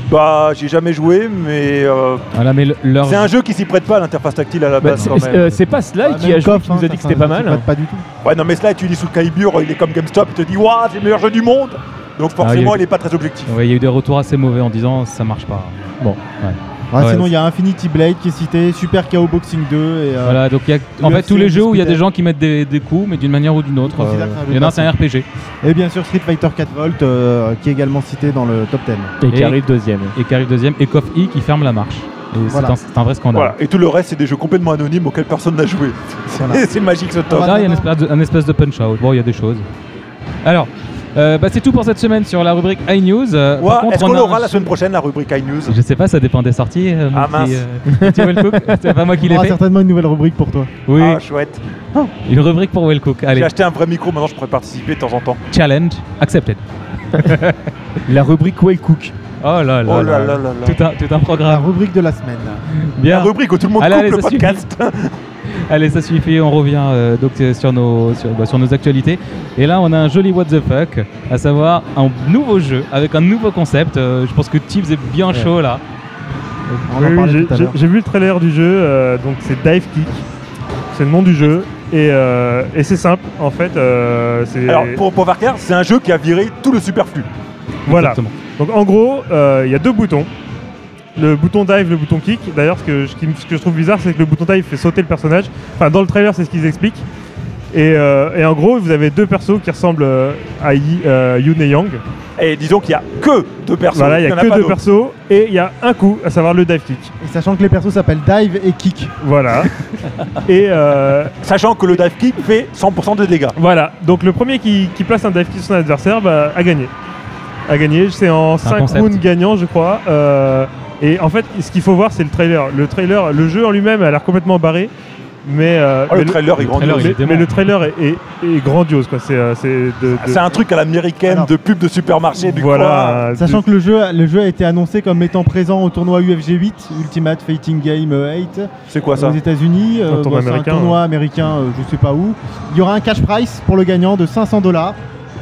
Bah, j'ai jamais joué, mais euh, Voilà, mais le- leur c'est un jeu qui s'y prête pas à l'interface tactile à la Bah, base c'est quand même. euh, c'est pas Sly Ah, qui même a joué Coff, qui nous hein, a dit que ça, c'était ça, pas ça mal. prête pas du tout. Ouais, non, mais cela, tu dis sous Calibur, il est comme GameStop, il te dit, waouh, c'est le meilleur jeu du monde. Donc Ah, il y forcément, a eu- il est pas très objectif. Ouais, il y a eu des retours assez mauvais en disant ça marche pas. Bon, ouais. Ouais, Ouais, sinon, c'est- il y a Infinity Blade qui est cité, Super K O Boxing deux. Et, euh, Voilà, donc il y a en le fait tous les F C jeux où il y a discutait. des gens qui mettent des, des coups, mais d'une manière ou d'une autre. Je considère euh, que c'est un jeu il y en a un, c'est un passé. R P G. Et bien sûr, Street Fighter quatre Volt euh, qui est également cité dans le top dix. Et qui Et- arrive deuxième. Et qui arrive deuxième, et Kof I qui ferme la marche. Et Voilà. c'est un, c'est un vrai scandale. Voilà. Et tout le reste, c'est des jeux complètement anonymes auxquels personne n'a joué. C'est Voilà. c'est magique ce top. Là, il y a une espèce, de, un espèce de punch-out. Bon, il y a des choses. Alors, euh, bah, c'est tout pour cette semaine sur la rubrique iNews. Euh, Ouais, par contre, est-ce on qu'on a aura un- la semaine prochaine la rubrique iNews? Je sais pas, ça dépend des sorties. euh, mon Ah, petit, mince. euh, petit Wellcook. C'est pas moi qui Il y l'ai aura fait. certainement une nouvelle rubrique pour toi. Oui, Ah, chouette. une rubrique pour Wellcook. Allez, J'ai acheté un vrai micro, maintenant je pourrais participer de temps en temps. challenge accepted. La rubrique Well Cook. Oh là là, Oh là là. là là là. Tout un, tout un La programme. rubrique de la semaine. Bien. La rubrique où tout le monde Allez, coupe allez, le ça suffit. podcast. Allez, ça suffit, on revient euh, donc euh, sur nos, sur, bah, sur nos actualités. Et là, on a un joli what the fuck, à savoir un nouveau jeu avec un nouveau concept. Euh, je pense que Tibbs est bien chaud là. On Oui, en oui, parlait j'ai- tout à j'ai l'heure. j'ai vu le trailer du jeu, euh, donc c'est Dive Kick, c'est le nom du jeu, et, euh, et c'est simple en fait. euh, c'est- Alors pour, pour faire clair, c'est un jeu qui a viré tout le superflu. Voilà. Exactement. Donc en gros, euh, il y a deux boutons. Le bouton dive, le bouton kick. D'ailleurs, ce que, je- qui me- ce que je trouve bizarre, c'est que le bouton dive fait sauter le personnage. Enfin, dans le trailer, c'est ce qu'ils expliquent. Et, euh, et en gros, vous avez deux persos qui ressemblent euh, à Yi- euh, Yoon et Yang. Et disons qu'il y a que deux personnes. Voilà, il y a en que pas deux d'autres. persos et il y a un coup, à savoir le dive kick. Et sachant que les persos s'appellent Dive et Kick. Voilà. et euh, Sachant que le dive kick fait cent pour cent de dégâts. voilà. Donc le premier qui, qui place un dive kick sur son adversaire bah, a gagné. A gagné. C'est en C'est un cinq concept. rounds gagnants, je crois. Euh, et en fait, ce qu'il faut voir, c'est le trailer. Le trailer, le jeu en lui-même a l'air complètement barré. Mais, euh, Oh, mais le trailer est grandiose. trailer, il est mais- dément. mais le trailer est, est- est grandiose. Quoi. C'est, euh, c'est de- de- C'est un truc à l'américaine Alors, de pub de supermarché du voilà. coin. euh, Sachant de- que le jeu, le jeu a été annoncé comme étant présent au tournoi U F G huit, Ultimate Fighting Game huit, C'est quoi ça? aux États-Unis. Un tournoi c'est un américain, tournoi américain, euh, je sais pas où. Il y aura un cash prize pour le gagnant de cinq cents dollars.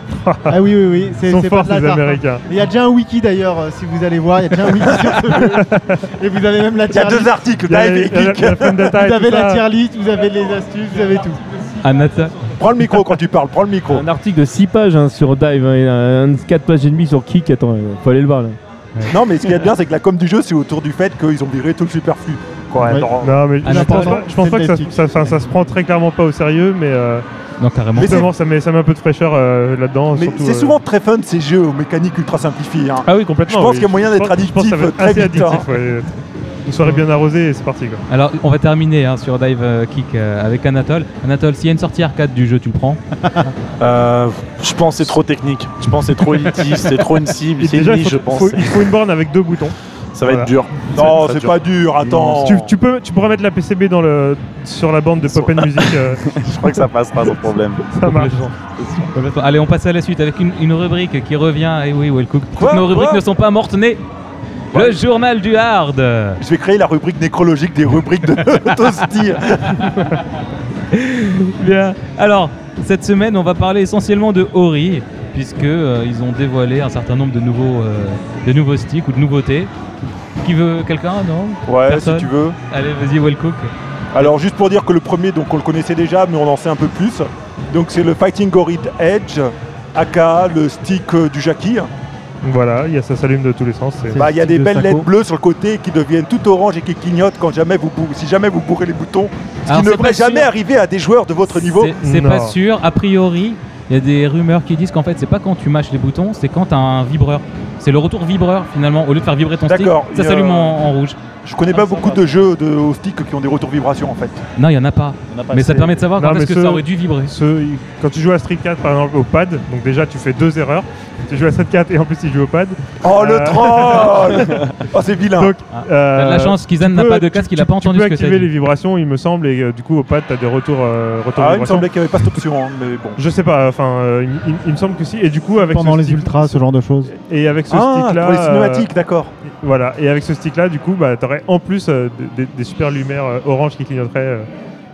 Ah oui, oui, oui, c'est Ils sont c'est pas forts de la ces tarte, hein. Américains. Il y a déjà un wiki d'ailleurs, euh, si vous allez voir, il y a déjà un wiki sur ce jeu. Et vous avez même la Il y a tier list. deux articles, Il y a dive les- et il y a la- kick. la fin de data et Vous tout avez la ça. tier list, vous avez les astuces, vous avez tout. Anata. Prends le micro quand tu parles, prends le micro. Un article de six pages hein, sur Dive, hein, et un, un de quatre pages et demie sur Kick. Attends, euh, faut aller le voir là. Non, mais ce qui est bien, c'est que la com du jeu, c'est autour du fait qu'ils ont viré tout le superflu. Quoi, Ouais. non. Non, mais Ah, je pense non, pas, je pense c'est pas que ça, le ça, ça- ça se prend très clairement pas au sérieux, mais euh, Non, carrément. Mais c'est- justement, ça met, ça met un peu de fraîcheur euh, là-dedans. Mais surtout, c'est euh, souvent très fun ces jeux aux mécaniques ultra simplifiées. hein. Ah oui, complètement. Je pense oui. qu'il y a moyen Je d'être pense- je pense que ça va addictif être très assez vite, addictif, ouais. Une soirée bien arrosée et c'est parti. Quoi. Alors, on va terminer hein, sur Dive euh, Kick euh, avec Anatole. Anatole, s'il y a une sortie arcade du jeu, tu le prends. Euh, je pense que c'est trop technique. Je pense que c'est trop élitiste, c'est trop une cible, Et c'est une déjà, il niche, faut, je pense. faut- il faut une borne avec deux boutons. Ça va Voilà. être dur. Ça va Non, être très c'est dur. pas dur, attends. Tu, tu peux, tu pourras mettre la P C B dans le, sur la bande de Pop and Music. euh, Je crois que ça passera sans problème. ça marche. Complètement. Allez, on passe à la suite avec une, une rubrique qui revient. Et oui, Wellcook. Toutes Quoi nos rubriques Quoi ne sont pas mortes-nées. Le journal du hard. Je vais créer la rubrique nécrologique des rubriques de Toasty. Bien. Alors, cette semaine, on va parler essentiellement de Ori, puisque euh, ils ont dévoilé un certain nombre de nouveaux, euh, de nouveaux sticks ou de nouveautés. Qui veut quelqu'un, non? Ouais, Personne. si tu veux. Allez, vas-y, Wellcook. Alors, juste pour dire que le premier, donc on le connaissait déjà, mais on en sait un peu plus. Donc, c'est le Fighting Gorid Edge, aka le stick euh, du Jackie. Voilà, il y a, ça s'allume de tous les sens. c'est- Bah, il y a stick des de belles Sako. L E D bleues sur le côté qui deviennent tout orange et qui clignotent quand jamais vous, bou- si jamais vous bourrez les boutons. Ce Alors, qui ne c'est devrait pas sûr. jamais arriver à des joueurs de votre niveau. C'est- C'est Non. pas sûr. A priori, il y a des rumeurs qui disent qu'en fait, c'est pas quand tu mâches les boutons, c'est quand tu as un vibreur. C'est le retour vibreur finalement. Au lieu de faire vibrer ton stick, D'accord, ça il y a- s'allume en, en rouge. Je connais pas beaucoup de jeux de, au stick qui ont des retours vibrations en fait. Non, il y en a pas. Mais ça te permet de savoir Non, quand mais est-ce que ce- ça aurait dû vibrer. Ceux- quand tu joues à Street quatre par exemple au pad, donc déjà tu fais deux erreurs. Tu joues à Street quatre et en plus tu joues au pad. Oh le Euh, troll. Oh c'est vilain. Donc, Ah, euh, T'as de la chance, Kizan tu n'a peux- pas de casque, tu- il a pas tu entendu peux ce que ça activer les dit. vibrations, il me semble, et euh, du coup au pad tu as des retours, euh, retours Ah, il me vibrations. semblait qu'il n'y avait pas cette option, hein, mais bon. Je sais pas, enfin euh, il, il- il me semble que si. Et du coup avec Pendant ce les stick- ultras, ce genre de choses. Et avec ce Ah, stick là. pour les cinématiques, d'accord. Voilà, et avec ce stick là, du coup, bah, tu aurais en plus euh, des, des super lumières euh, orange qui clignoteraient. euh,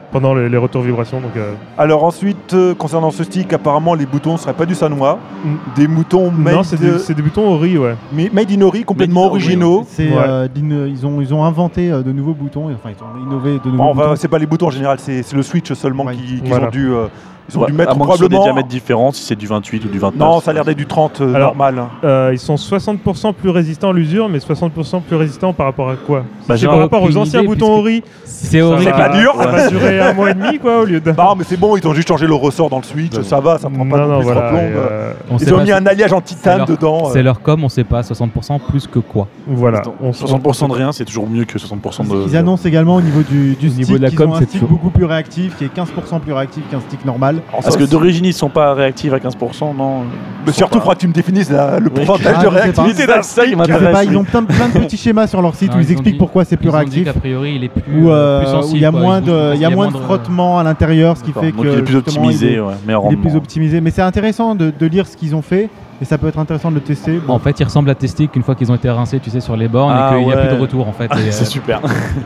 pendant les, les retours vibrations. Donc, euh... Alors ensuite, euh, concernant ce stick, apparemment les boutons ne seraient pas du Sanwa, Mm. des moutons made, non, c'est des, c'est des boutons Ori, ouais. mais- made in Ori, complètement Made in Ori, originaux. C'est, Ouais. euh, d'in- ils, ont, ils ont inventé euh, de nouveaux boutons, et- enfin ils ont innové de nouveaux Bon, enfin, boutons. c'est pas les boutons en général, c'est c'est le switch seulement Ouais. qui- qu'ils Voilà. ont dû, euh, ils ont Ouais, dû mettre à moins que ce soit des probablement. diamètres différents, si c'est du vingt-huit ou du vingt-neuf. Non, ça a l'air d'être du trente euh, Alors, normal. Euh, ils sont soixante pour cent plus résistants à l'usure, mais soixante pour cent plus résistants par rapport à quoi Bah, C'est j'ai par rapport aux aucune anciens idée, boutons puisque- Ori. C'est Ça horrible. C'est va- pas dur. Ça va durer un mois et demi, quoi, au lieu de. Non, mais c'est bon, ils ont juste changé le ressort dans le switch, ça va, ça prend pas non, non non, plus voilà. trois plombes. et, euh, On sait Ils ont pas, mis c'est- un alliage en c'est titane leur- dedans. euh. C'est leur com, on sait pas, soixante pour cent plus que quoi. Voilà. On se- soixante pour cent de rien, c'est toujours mieux que soixante pour cent de. Ils annoncent également au niveau du, du Au stick niveau de la qu'ils com, ont un c'est stick toujours- beaucoup plus réactif, qui est quinze pour cent plus réactif qu'un stick normal. Alors, Parce ça, que c'est- d'origine, ils sont pas réactifs à quinze pour cent, non Mais surtout, il faudra que tu me définisses la- le Oui. pourcentage Ah, de je sais pas. réactivité d'un C'est ça qui stick. Je sais m'intéresse. pas, ils ont plein, plein de petits schémas sur leur site Non, où ils ils ont expliquent dit- pourquoi c'est plus Ils ont dit réactif. qu'a priori, il est plus, Ou euh, euh, plus où sensible. il y a quoi. moins Ils ont- de, il y a moins de moindre- frottement à l'intérieur, ce qui D'accord. fait Donc que il est plus justement, optimisé, il est- ouais, meilleur il est rendement. plus optimisé. Mais c'est intéressant de, de lire ce qu'ils ont fait et ça peut être intéressant de le tester. Bon. En fait, ils ressemblent à tes sticks une fois qu'ils ont été rincés, tu sais, sur les bornes Ah, et qu'il n'y a ouais. plus de retour en fait. Et, C'est euh, super.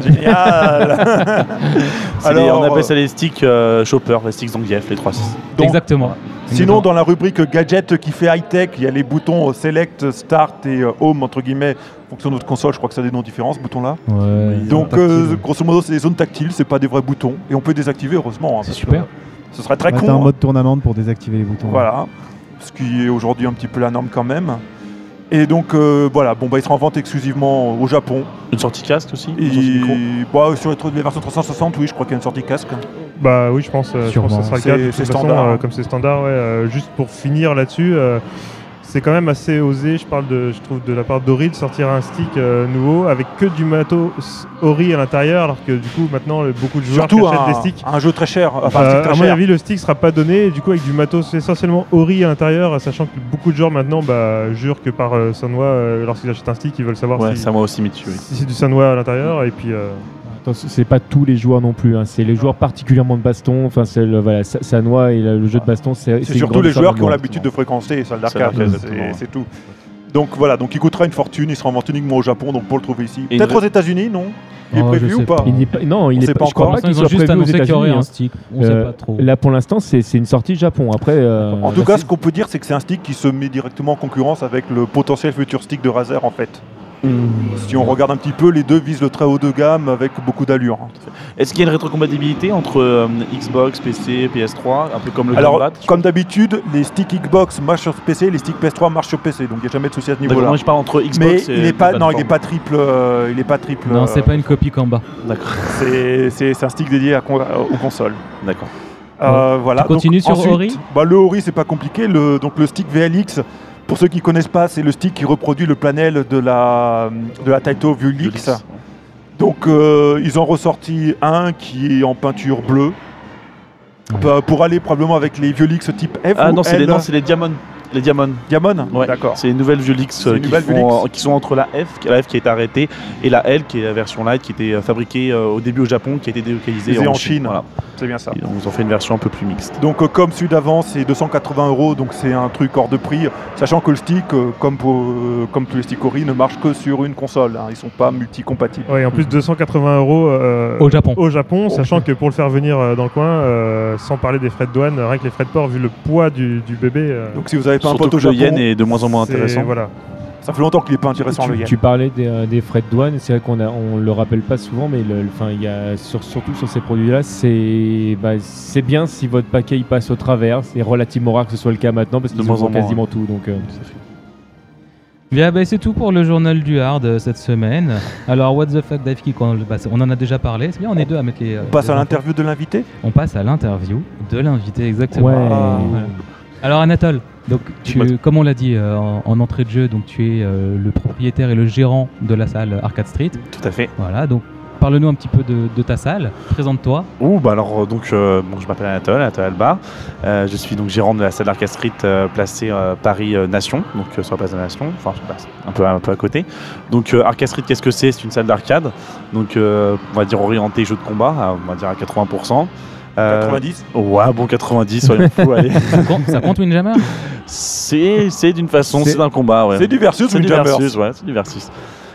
Génial. C'est les- Alors, on appelle euh, ça les sticks euh, Chopper, les sticks Zangief, les trois six. donc, Exactement. Sinon, dans la rubrique gadget qui fait high-tech, il y a les boutons euh, Select, Start et euh, Home, entre guillemets, en fonction de votre console. Je crois que ça a des noms différents, ce bouton-là. Ouais, Donc, tactile. euh, grosso modo, c'est des zones tactiles, c'est pas des vrais boutons. Et on peut désactiver, heureusement. hein, C'est parce super. que Ce serait très Bah, con. t'as un hein. mode tournament pour désactiver les boutons. Voilà. Ce qui est aujourd'hui un petit peu la norme quand même. Et donc, euh, voilà, bon, bah, il sera en vente exclusivement au Japon. Une sortie casque aussi, une sortie Et micro. bah, sur les, tr- les versions trois cent soixante, oui, je crois qu'il y a une sortie casque. Bah oui, je pense, euh, je pense que ça sera le C'est- cas. De toute c'est façon, standard, euh, hein. comme c'est standard, ouais. euh, juste pour finir là-dessus, euh, c'est quand même assez osé. Je parle de, je trouve, de la part d'Ori de sortir un stick euh, nouveau avec que du matos Ori à l'intérieur, alors que du coup maintenant le- beaucoup de joueurs qui Surtout achètent un, des sticks. un jeu très cher. Enfin, un Euh, stick très à mon cher. avis, le stick sera pas donné, et du coup avec du matos essentiellement Ori à l'intérieur, sachant que beaucoup de joueurs maintenant bah, jurent que par euh, Sanwa, euh, lorsqu'ils achètent un stick, ils veulent savoir Ouais, si, ça moi aussi mis dessus. Oui. si c'est du Sanwa à l'intérieur, et puis. euh, Attention, c'est pas tous les joueurs non plus, hein. C'est les joueurs particulièrement de baston. Enfin, c'est le voilà, Sa- Sanwa et le, le jeu de baston, c'est C'est une surtout grande les joueurs qui ont histoire l'habitude de fréquenter les salles Salles d'arcade, d'arcade, c'est- exactement. c'est tout. Donc voilà, donc il coûtera une fortune, il sera en vente uniquement au Japon, donc pour le trouver ici. Et Peut-être une- aux États-Unis, non Il est Oh, prévu je ou sais pas pas. Il n'est pas, non, il On est sait pas, pas je crois encore. pas Pour l'instant, qu'il ils ont soit juste prévu aux annoncé qu'il y aurait États-Unis. un hein. stick. On sait Euh, pas trop. Là, pour l'instant, c'est c'est une sortie Japon. Après, euh, En tout bah, cas, c'est- ce qu'on peut dire, c'est que c'est un stick qui se met directement en concurrence avec le potentiel futur stick de Razer, en fait. Si on regarde un petit peu, les deux visent le très haut de gamme avec beaucoup d'allure. Est-ce qu'il y a une rétrocompatibilité entre euh, Xbox, P C, P S trois, un peu comme le Alors, Gamepad comme d'habitude, les sticks Xbox marchent sur P C, les sticks P S trois marchent sur P C, donc il n'y a jamais de souci à ce D'accord, niveau-là. moi je parle entre Xbox Mais et il n'est pas, les non, il n'est plateformes. pas triple, euh, il est pas triple. Non, euh, c'est pas une copie Kamba. D'accord, c'est, c'est- c'est un stick dédié à con- aux consoles. d'accord. Euh, voilà. Tu continues Donc, sur ensuite, Ori bah, Le Ori, c'est pas compliqué. Le, donc le stick V L X, pour ceux qui connaissent pas, c'est le stick qui reproduit le planel de la, de la Taito Vulix. Donc euh, ils ont ressorti un qui est en peinture bleue. Ouais. Bah, pour aller probablement avec les Violix type F Ah ou non, c'est les, L. non, c'est les Diamond. Les Diamond. Diamond. Ouais, D'accord. c'est les nouvelles Violix C'est euh, les qui, nouvelles font, Violix. euh, qui sont entre la F, la F qui a été arrêtée, et la L qui est la version light qui était euh, fabriquée euh, au début au Japon, qui a été délocalisée Délocalisée en, en Chine. Voilà. C'est bien ça. Et donc, ils ont fait une version un peu plus mixte. Donc euh, comme celui d'avant, c'est deux cent quatre-vingts euros, donc c'est un truc hors de prix, sachant que le stick, euh, comme, pour, euh, comme tous les sticks Ori, ne marche que sur une console. Hein. Ils sont pas multi-compatibles. Ouais, et en plus deux cent quatre-vingts euros euh, Au Japon. Au Japon, sachant que pour le faire venir euh, dans le coin, euh, sans parler des frais de douane, rien que les frais de port, vu le poids du, du bébé. euh, Donc si vous n'avez pas un Surtout pote au que le Japon, yen est de moins en moins c'est- intéressant. Voilà. ça fait longtemps qu'il n'est pas intéressant le tu, yen. tu parlais des, euh, des frais de douane, c'est vrai qu'on a, on le rappelle pas souvent, mais le, le- enfin, il y a sur- surtout sur ces produits-là, c'est bah, c'est bien si votre paquet il passe au travers. C'est relativement rare que ce soit le cas maintenant parce De qu'ils moins en ont moins, quasiment tout. Donc, euh, Bien, bah, c'est tout pour le journal du hard euh, cette semaine. Alors, what the fuck, Dave Kick, on, bah, on en a déjà parlé. C'est bien, on est deux à mettre les. euh, On passe les à infos. l'interview de l'invité. On passe à l'interview de l'invité, exactement. Ouais. Ah, voilà. Alors, Anatole, donc, tu, Dis-moi. comme on l'a dit euh, en, en entrée de jeu, donc, tu es euh, le propriétaire et le gérant de la salle Arcade Street. Tout à fait. Voilà, donc parle-nous un petit peu de, de ta salle. Présente-toi. Ouh, bah alors, euh, donc, euh, bon, je m'appelle Anatole, Anatole Alba. Euh, je suis donc gérant de la salle d'Arcade Street euh, placée euh, Paris euh, Nation, donc euh, sur la place de la Nation, enfin sur la place, un peu, un peu à côté. Donc, euh, Arcade Street, qu'est-ce que c'est? C'est une salle d'arcade, donc euh, on va dire orientée jeu de combat, à- on va dire à quatre-vingts pour cent. Euh, quatre-vingt-dix. Ouais, bon, quatre-vingt-dix, soyons fous, allez. Ça compte, ça compte Windjammer? C'est c'est d'une façon, C'est- c'est un combat, ouais. C'est du versus C'est ou du du versus, ouais, c'est du versus.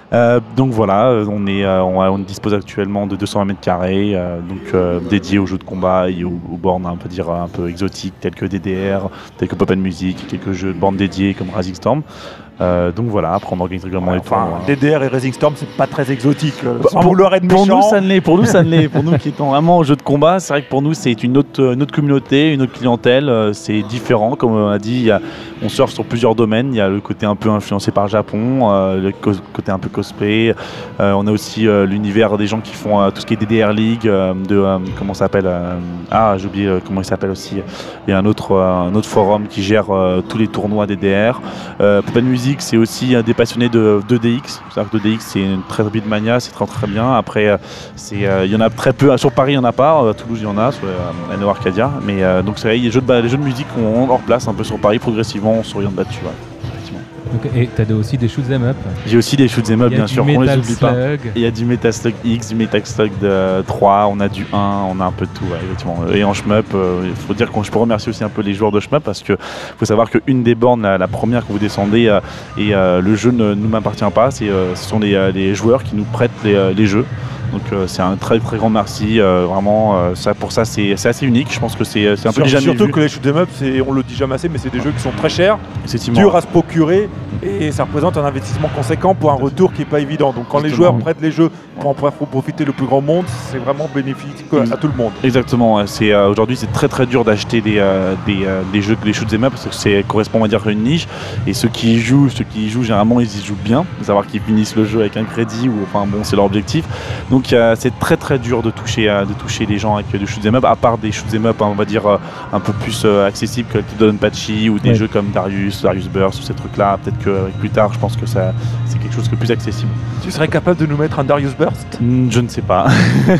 Euh, donc voilà, on, est, euh, on, on dispose actuellement de deux cent vingt mètres carrés, euh, donc euh, dédiés aux jeux de combat et aux, aux bornes on peut dire un peu exotiques telles que D D R, telles que Pop and Music, quelques jeux de bornes dédiés comme Rising Storm. Euh, donc voilà, après on organise régulièrement les Enfin, tournois. D D R et Rising Storm, c'est pas très exotique. euh, Bah, sans pour- vouloir être Pour méchant. nous, ça ne l'est. Pour nous, ça ne l'est. Pour nous qui étant vraiment au jeu de combat, c'est vrai que pour nous, c'est une autre, une autre communauté, une autre clientèle. euh, C'est différent, comme on a dit. il y a- on surfe sur plusieurs domaines. Il y a le côté un peu influencé par le Japon, euh, le cos- côté un peu cosplay. Euh, on a aussi euh, l'univers des gens qui font euh, tout ce qui est D D R League, euh, de euh, comment ça s'appelle euh, Ah, j'ai oublié euh, comment il s'appelle aussi. Il y a un autre, euh, un autre forum qui gère euh, tous les tournois D D R. Euh, Pop and Music, c'est aussi euh, des passionnés de deux D X. C'est-à-dire que deux D X, c'est une très rapide mania, c'est très très bien. Après, euh, c'est, euh, il y en a très peu. Sur Paris, il n'y en a pas. À Toulouse, il y en a, sur euh, Neo Arcadia. Mais euh, donc, c'est vrai, les jeux, de, ba- les jeux de musique ont leur place un peu sur Paris. Progressivement, on s'oriente là-dessus. Ouais, effectivement. Donc, et t'as de- aussi des shoot'em up. J'ai aussi des shoot'em up, Il y a bien du sûr, on les Metal oublie pas. Slug. Il y a du Metaslug X, du Metaslug de trois, on a du un, on a un peu de tout, ouais, effectivement. Et en shmup, euh, il faut dire que je peux remercier aussi un peu les joueurs de shmup parce que faut savoir qu'une des bornes, la, la première que vous descendez, euh, et euh, le jeu ne nous m'appartient pas, c'est, euh, ce sont les, euh, les joueurs qui nous prêtent les, euh, les jeux. Donc euh, c'est un très très grand merci, euh, vraiment, euh, ça, pour ça c'est c'est assez unique, je pense que c'est c'est un peu Sur- du jamais Surtout vu. que les shoot'em up, c'est- on le dit jamais assez, mais c'est des jeux qui sont très chers, Effectivement. durs à se procurer, et ça représente un investissement conséquent pour un retour qui n'est pas évident. Donc quand les Exactement. joueurs prêtent les jeux pour en pro- profiter le plus grand monde, c'est vraiment bénéfique euh, Mm. à tout le monde. Exactement, c'est euh, aujourd'hui c'est très très dur d'acheter des, euh, des, euh, des jeux, des shoot'em up parce que c'est correspond on va dire à une niche et ceux qui y jouent, ceux qui y jouent généralement ils y jouent bien, faut savoir qu'ils finissent le jeu avec un crédit ou enfin bon c'est leur objectif. Donc euh, c'est très très dur de toucher euh, de toucher les gens avec euh, du shoot'em up à part des shoot'em up on va dire euh, un peu plus euh, accessibles que Donpachi ou des Ouais. jeux comme Darius, Darius Burst ou ces trucs là. Peut-être que euh, plus tard je pense que ça c'est quelque chose de plus accessible. Tu serais capable de nous mettre un Darius Burst? Hmm, je ne sais pas.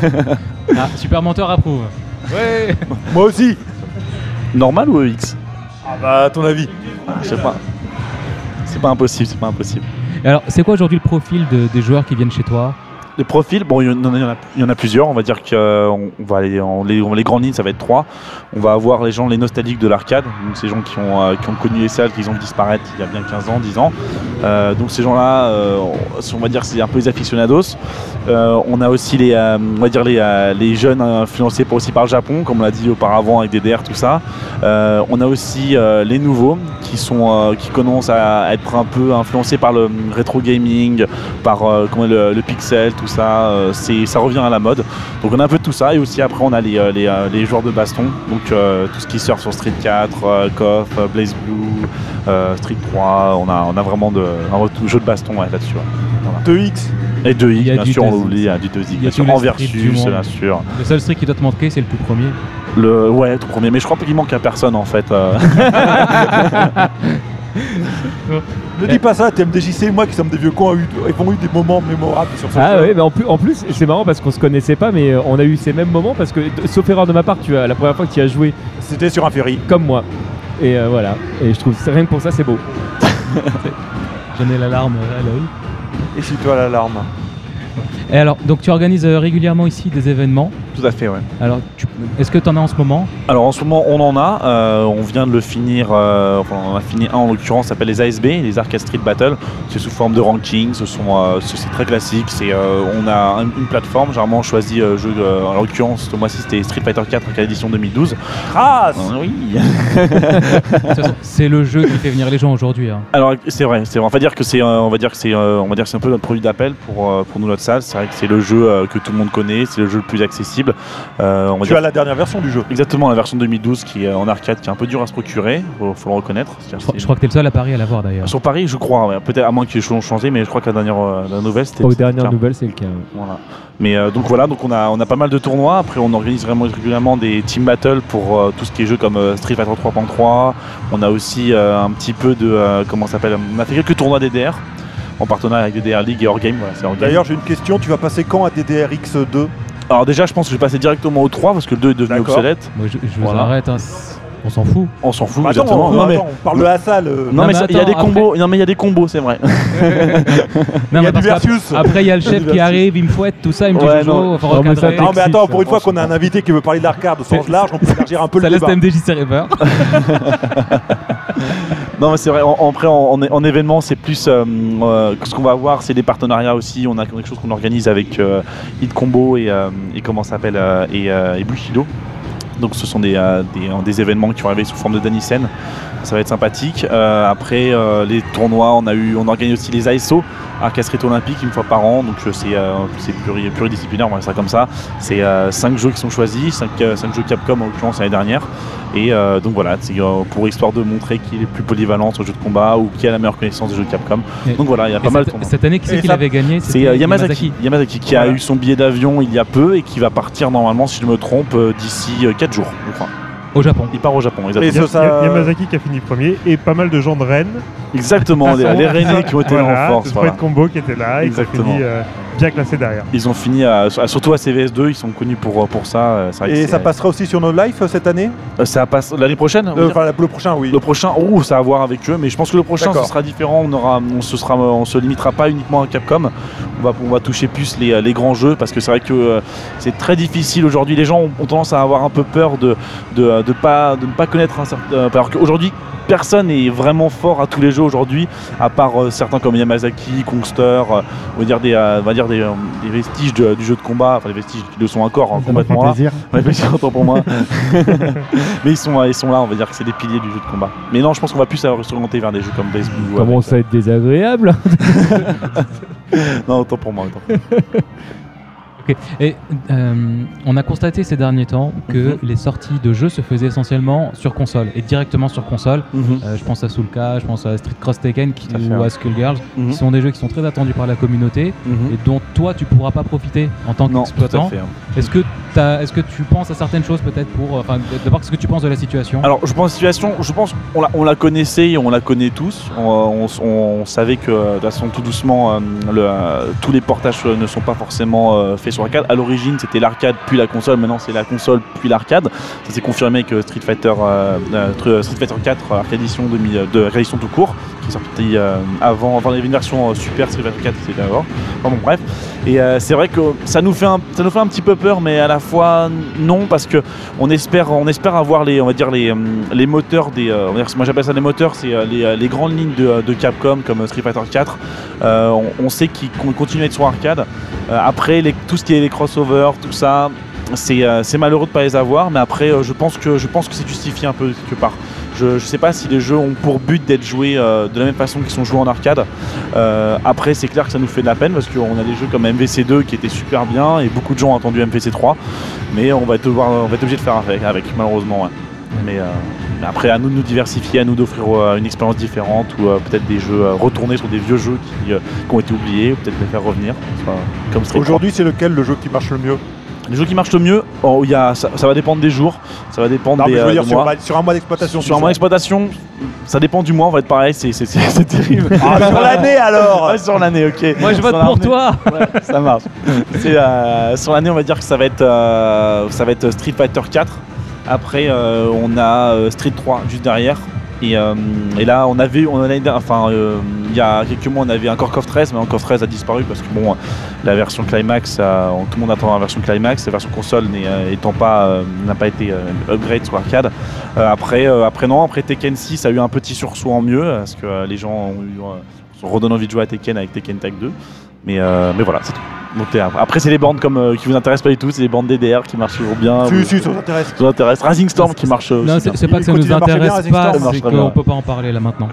Ah, Super Mentor approuve. Ouais. Moi aussi. Normal ou E X? Ah bah à ton avis. Je sais pas. C'est pas impossible, c'est pas impossible. Et alors, c'est quoi aujourd'hui le profil de- des joueurs qui viennent chez toi? Les profils, bon, il y, en a, il y en a- il y en a plusieurs. On va dire qu'on on va aller en les, on- les grandes lignes, ça va être trois. On va avoir les gens, les nostalgiques de l'arcade, donc ces gens qui ont, euh, qui ont connu les salles, qui ont vu disparaître il y a bien quinze ans, dix ans. Euh, donc ces gens-là, euh, on va dire que c'est un peu les aficionados. Euh, on a aussi les, euh, on va dire les, euh, les jeunes influencés par- aussi par le Japon, comme on l'a dit auparavant avec D D R, tout ça. Euh, on a aussi euh, les nouveaux qui sont, euh, qui commencent à être un peu influencés par le rétro gaming, par euh, comment, le, le pixel, tout ça. Euh, c'est, ça revient à la mode. Donc on a un peu de tout ça. Et aussi après on a les, euh, les, euh, les joueurs de baston, donc euh, tout ce qui sort sur Street quatre, euh, K O F, euh, Blaze Blue, euh, Street trois. On a, on a vraiment de, un retour- jeu de baston ouais, là-dessus. ouais. Voilà. deux X. Et deux Il X, y a bien du sûr, on deux X. l'oublie, il y a du deux X, Il y a bien sûr, tous les en Street du versus, monde. bien sûr. Le seul street qui doit te manquer, c'est le tout premier. Le, ouais, tout premier, mais je crois pas qu'il manque à personne en fait. euh. Ne dis pas ça, T M D J C et moi qui sommes des vieux cons, a eu- avons eu des moments mémorables sur ce Ah jeu. ouais, mais en plus, en plus c'est marrant parce qu'on se connaissait pas, mais euh, on a eu ces mêmes moments parce que, sauf erreur de ma part, tu as la première fois que tu as joué C'était sur un ferry. comme moi. Et euh, voilà. Et je trouve que rien que pour ça, c'est beau. J'en ai l'alarme à l'œil. Et si toi l'alarme. Et alors, donc tu organises euh, régulièrement ici des événements. Tout à fait, ouais. Alors, tu- est-ce que tu en as en ce moment? Alors en ce moment on en a, euh, on vient de le finir, euh, enfin on a fini un en l'occurrence, ça s'appelle les A S B, les Arcade Street Battle, c'est sous forme de ranking, ce sont, euh, c'est c'est très classique, c'est, euh, on a un- une plateforme, généralement on choisit euh, jeu, euh, en l'occurrence ce mois-ci c'était Street Fighter quatre Arcade Edition deux mille douze. Crasse. Euh, oui. De toute façon, c'est le jeu qui fait venir les gens aujourd'hui. hein. Alors c'est vrai, c'est vrai. On va dire que c'est, euh, on va dire que c'est, euh, on va dire que c'est un peu notre produit d'appel pour, euh, pour nous notre salle. C'est vrai que c'est le jeu euh, que tout le monde connaît, c'est le jeu le plus accessible. Euh, on va Tu dire as la dernière version du jeu. exactement la version deux mille douze qui est en arcade, qui est un peu dur à se procurer, faut, faut le reconnaître. C'est-à-dire Je, crois- c'est- je crois que t'es le seul à Paris à l'avoir d'ailleurs. Sur Paris, je crois, ouais. Peut-être à moins que les choses ont changé, mais je crois que la dernière euh, la nouvelle c'était. Aux c'était le dernières cas. nouvelles, c'est le cas. ouais. Voilà. Mais euh, donc voilà, donc on a, on a pas mal de tournois. Après, on organise vraiment régulièrement des team battles pour euh, tout ce qui est jeux comme euh, Street Fighter trois point trois. On a aussi euh, un petit peu de euh, comment ça s'appelle. On a fait quelques tournois D D R en partenariat avec D D R League et Orgame. Voilà, c'est Orgame. D'ailleurs, j'ai une question, tu vas passer quand à D D R X deux? Alors déjà, je pense que je vais passer directement au trois parce que le deux est devenu D'accord. obsolète. Moi, je, je vous Voilà. arrête, hein, c'est- on s'en fout. On s'en fout. Bah, attends, exactement. on, Non, mais, attends, on parle de la salle. euh. non, Non, mais mais ça- il y a attends, des combos. Non mais il y a des combos, c'est vrai. Non, Il y a mais du parce qu'après- versus. Après, il y a le chef Du qui versus. arrive, il me fouette, tout ça, il me dit Ouais, Jojo, non. faut Non, mais ça recadrer. Non mais attends, Excite, pour une fois ça, qu'on a un invité qui veut parler de l'arcade au sens C'est- large, on peut élargir un peu Ça le laisse débat. T M D J C Rêveur. Non, mais c'est vrai, en, en, après, en, en, en événement, c'est plus euh, euh, ce qu'on va avoir, c'est des partenariats aussi. On a quelque chose qu'on organise avec euh, Hit Combo et, euh, et comment ça s'appelle euh, et, euh, et Bushido. Donc ce sont des, euh, des, des événements qui vont arriver sous forme de Danisen. Ça va être sympathique. Euh, après euh, les tournois, on a eu, on organise aussi les A S O, Arcade Street Olympique, une fois par an. Donc c'est euh, pluri, pluridisciplinaire, on va dire ça comme ça. C'est euh, cinq jeux qui sont choisis, cinq jeux Capcom en l'occurrence l'année dernière. Et euh, donc voilà, c'est euh, pour histoire de montrer qui est le plus polyvalent sur le jeu de combat ou qui a la meilleure connaissance des jeux de Capcom. Et donc voilà, il y a pas mal de tournois. Cette année, qui c'est qui l'avait gagné? C'est euh, Yamazaki. Yamazaki qui voilà. a eu son billet d'avion il y a peu et qui va partir normalement, si je me trompe, euh, d'ici euh, quatre jours, je crois. Au Japon. Il part au Japon, exactement. Et ça... Yamazaki qui a fini premier et pas mal de gens de Rennes. Exactement, les, les Rennais qui ont été voilà, là en force. C'est voilà. Combo qui était là et qui a fini euh, bien classé derrière. Ils ont fini, à, surtout à C V S deux, ils sont connus pour, pour ça. Et ça passera aussi sur No Life cette année? Ça passe l'année prochaine euh, Enfin le prochain, oui. Le prochain, oh, ça a à voir avec eux, mais je pense que le prochain ce sera différent. On aura, on se sera, on se limitera pas uniquement à Capcom. On va, on va toucher plus les, les grands jeux parce que c'est vrai que euh, c'est très difficile aujourd'hui. Les gens ont, ont tendance à avoir un peu peur de, de, de, pas, de ne pas connaître un certain. Euh, alors qu'aujourd'hui, personne n'est vraiment fort à tous les jeux aujourd'hui, à part euh, certains comme Yamazaki, Kongster, euh, on va dire des, euh, on va dire des, euh, des vestiges de, du jeu de combat, enfin des vestiges qui le sont encore hein, complètement là. Plaisir. Ouais, plaisir, autant pour moi. Mais ils sont, ils sont là, on va dire que c'est des piliers du jeu de combat. Mais non, je pense qu'on va plus s'orienter vers des jeux comme Baseball. Comment ça va être désagréable? Non, autant pour moi. Autant. Okay. Et euh, on a constaté ces derniers temps que mm-hmm. les sorties de jeux se faisaient essentiellement sur console et directement sur console. Mm-hmm. euh, je pense à Soulka, je pense à Street Cross Tekken qui, ou à Skullgirls, mm-hmm. qui sont des jeux qui sont très attendus par la communauté mm-hmm. et dont toi tu pourras pas profiter en tant qu'exploitant. Hein. Est-ce que, est-ce que tu penses à certaines choses peut-être pour, enfin, d'abord qu'est-ce que tu penses de la situation? Alors je pense la situation, je pense on la, on la connaissait et on la connaît tous. On, on, on savait que de toute façon tout doucement euh, le, euh, tous les portages ne sont pas forcément euh, faits sur arcade. À l'origine c'était l'arcade puis la console, maintenant c'est la console puis l'arcade. Ça s'est confirmé que Street Fighter, euh, euh, Street Fighter quatre Arcade Edition de Arcade Edition tout court, qui est sorti euh, avant, enfin il y avait une version euh, Super Street Fighter quatre, c'était d'abord. Enfin bon bref. Et euh, c'est vrai que ça nous fait un, ça nous fait un petit peu peur, mais à la fois non, parce que on espère, on espère avoir les, on va dire les, les moteurs des, euh, moi j'appelle ça les moteurs, c'est les, les grandes lignes de, de Capcom comme Street Fighter quatre. Euh, on, on sait qu'ils continuent à être sur arcade. Euh, après les, tout ce qui est les crossovers, tout ça, c'est euh, malheureux de ne pas les avoir, mais après euh, je pense que je pense que c'est justifié un peu quelque part. Je ne sais pas si les jeux ont pour but d'être joués euh, de la même façon qu'ils sont joués en arcade. Euh, après c'est clair que ça nous fait de la peine parce qu'on a des jeux comme M V C deux qui étaient super bien et beaucoup de gens ont attendu M V C trois, mais on va être, on va être obligé de faire avec, avec malheureusement. Ouais. Mais, euh, mais après à nous de nous diversifier, à nous d'offrir euh, une expérience différente ou euh, peut-être des jeux euh, retournés sur des vieux jeux qui, euh, qui ont été oubliés, peut-être les faire revenir. Comme aujourd'hui c'est lequel le jeu qui marche le mieux? Les jeux qui marchent le mieux, oh, y a, ça, ça va dépendre des jours, ça va dépendre non, des, mais je veux euh, dire, des sur, mois. Sur un mois d'exploitation. Sur un mois d'exploitation, ça dépend du mois, on va être pareil, c'est terrible. Ah, sur l'année alors. Ouais, sur l'année, ok. Moi je vote pour toi. Ouais, ça marche. euh, sur l'année, on va dire que ça va être, euh, ça va être Street Fighter quatre. Après, euh, on a euh, Street trois juste derrière. Et, euh, et là, on avait, on avait enfin, euh, il y a quelques mois, on avait un Core of treize, mais un Core of treize a disparu parce que bon, la version Climax, euh, tout le monde attend la version Climax, la version console n'étant pas, euh, n'a pas été euh, upgrade sur arcade. Euh, après, euh, après non, après Tekken six a eu un petit sursaut en mieux parce que euh, les gens ont eu, euh, se redonnent envie de jouer à Tekken avec Tekken Tag deux. Mais, euh, mais voilà, c'est tout. Donc, après c'est les bandes comme, euh, qui vous intéressent pas du tout, c'est les bandes D D R qui marchent toujours bien. Si, si, ça vous intéresse. Ça vous intéresse. Rising Storm qui marche aussi. Non, c'est pas que ça nous intéresse pas, c'est qu'on peut pas en parler là maintenant.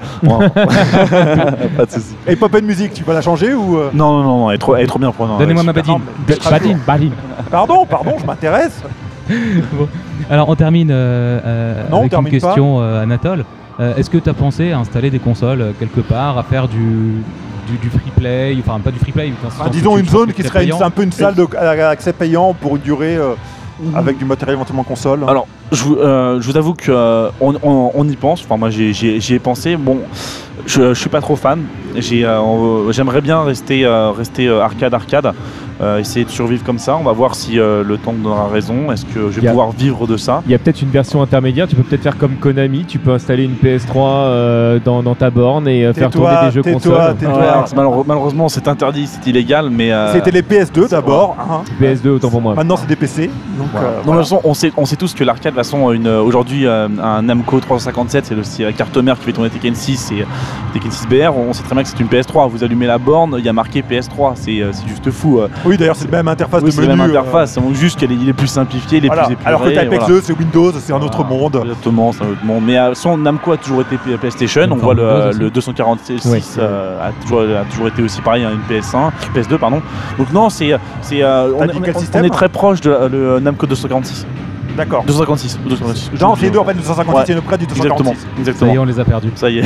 Pas de soucis. Et Pop and Music, tu vas la changer ou euh... Non, non, non, non, elle est trop, elle est trop bien pour nous. Donnez-moi ma badine. Badine, badine. Pardon, pardon, je m'intéresse. Bon. Alors on termine euh, euh, non, avec on termine une question, euh, Anatole. Euh, Est-ce que tu as pensé à installer des consoles euh, quelque part, à faire du... Du, du free play, enfin pas du free play, enfin, disons une zone qui serait une, un peu une salle d'accès payant pour une durée euh, mmh. avec du matériel éventuellement console. Alors je, euh, je vous avoue qu'on euh, on, on y pense, enfin moi j'y ai pensé, bon je, je suis pas trop fan, j'aimerais euh, bien rester, euh, rester euh, arcade arcade, euh, essayer de survivre comme ça. On va voir si euh, le temps me donnera raison. Est-ce que je vais Y a- pouvoir vivre de ça? Il y a peut-être une version intermédiaire, tu peux peut-être faire comme Konami, tu peux installer une P S trois euh, dans, dans ta borne et euh, faire Tais-toi, tourner des jeux tais-toi, console. tais-toi. Ouais, alors, malheure- malheureusement, c'est interdit, c'est illégal, mais. euh, C'était les P S deux d'abord. hein. P S deux autant pour moi. Maintenant, c'est des P C. Donc, Voilà. euh, Non, mais voilà. de toute façon, on sait, on sait tous que l'arcade, de toute façon, une, aujourd'hui, euh, un Namco trois cent cinquante-sept, c'est le c'est la carte mère qui fait tourner Tekken six et Tekken six B R. On sait très bien que c'est une P S trois. Vous allumez la borne, il y a marqué P S trois. C'est euh, c'est juste fou. euh. Oui, d'ailleurs, c'est la même interface Oui, de c'est menu. la même euh, interface, c'est juste qu'il est, il est plus simplifié, il est voilà. plus épuré. Alors que Type X voilà. deux, c'est Windows, c'est un autre Voilà. monde. Exactement, c'est un autre monde. Mais euh, son Namco a toujours été P- PlayStation. On Enfin, voit le, Windows aussi. le deux cent quarante-six Ouais. euh, a, toujours, a toujours été aussi pareil, hein, une P S un, P S deux, pardon. Donc non, c'est, c'est, euh, on, T'as est- dit on quel est- on système est très proche de euh, le Namco deux cent quarante-six. D'accord. deux cent cinquante-six. deux cent cinquante-six. Genre, c'est les deux en fait, le deux cent cinquante-six Ouais. et le près du deux cent Exactement. quarante-six. Ça y Exactement. est, on les a perdus. Ça y est.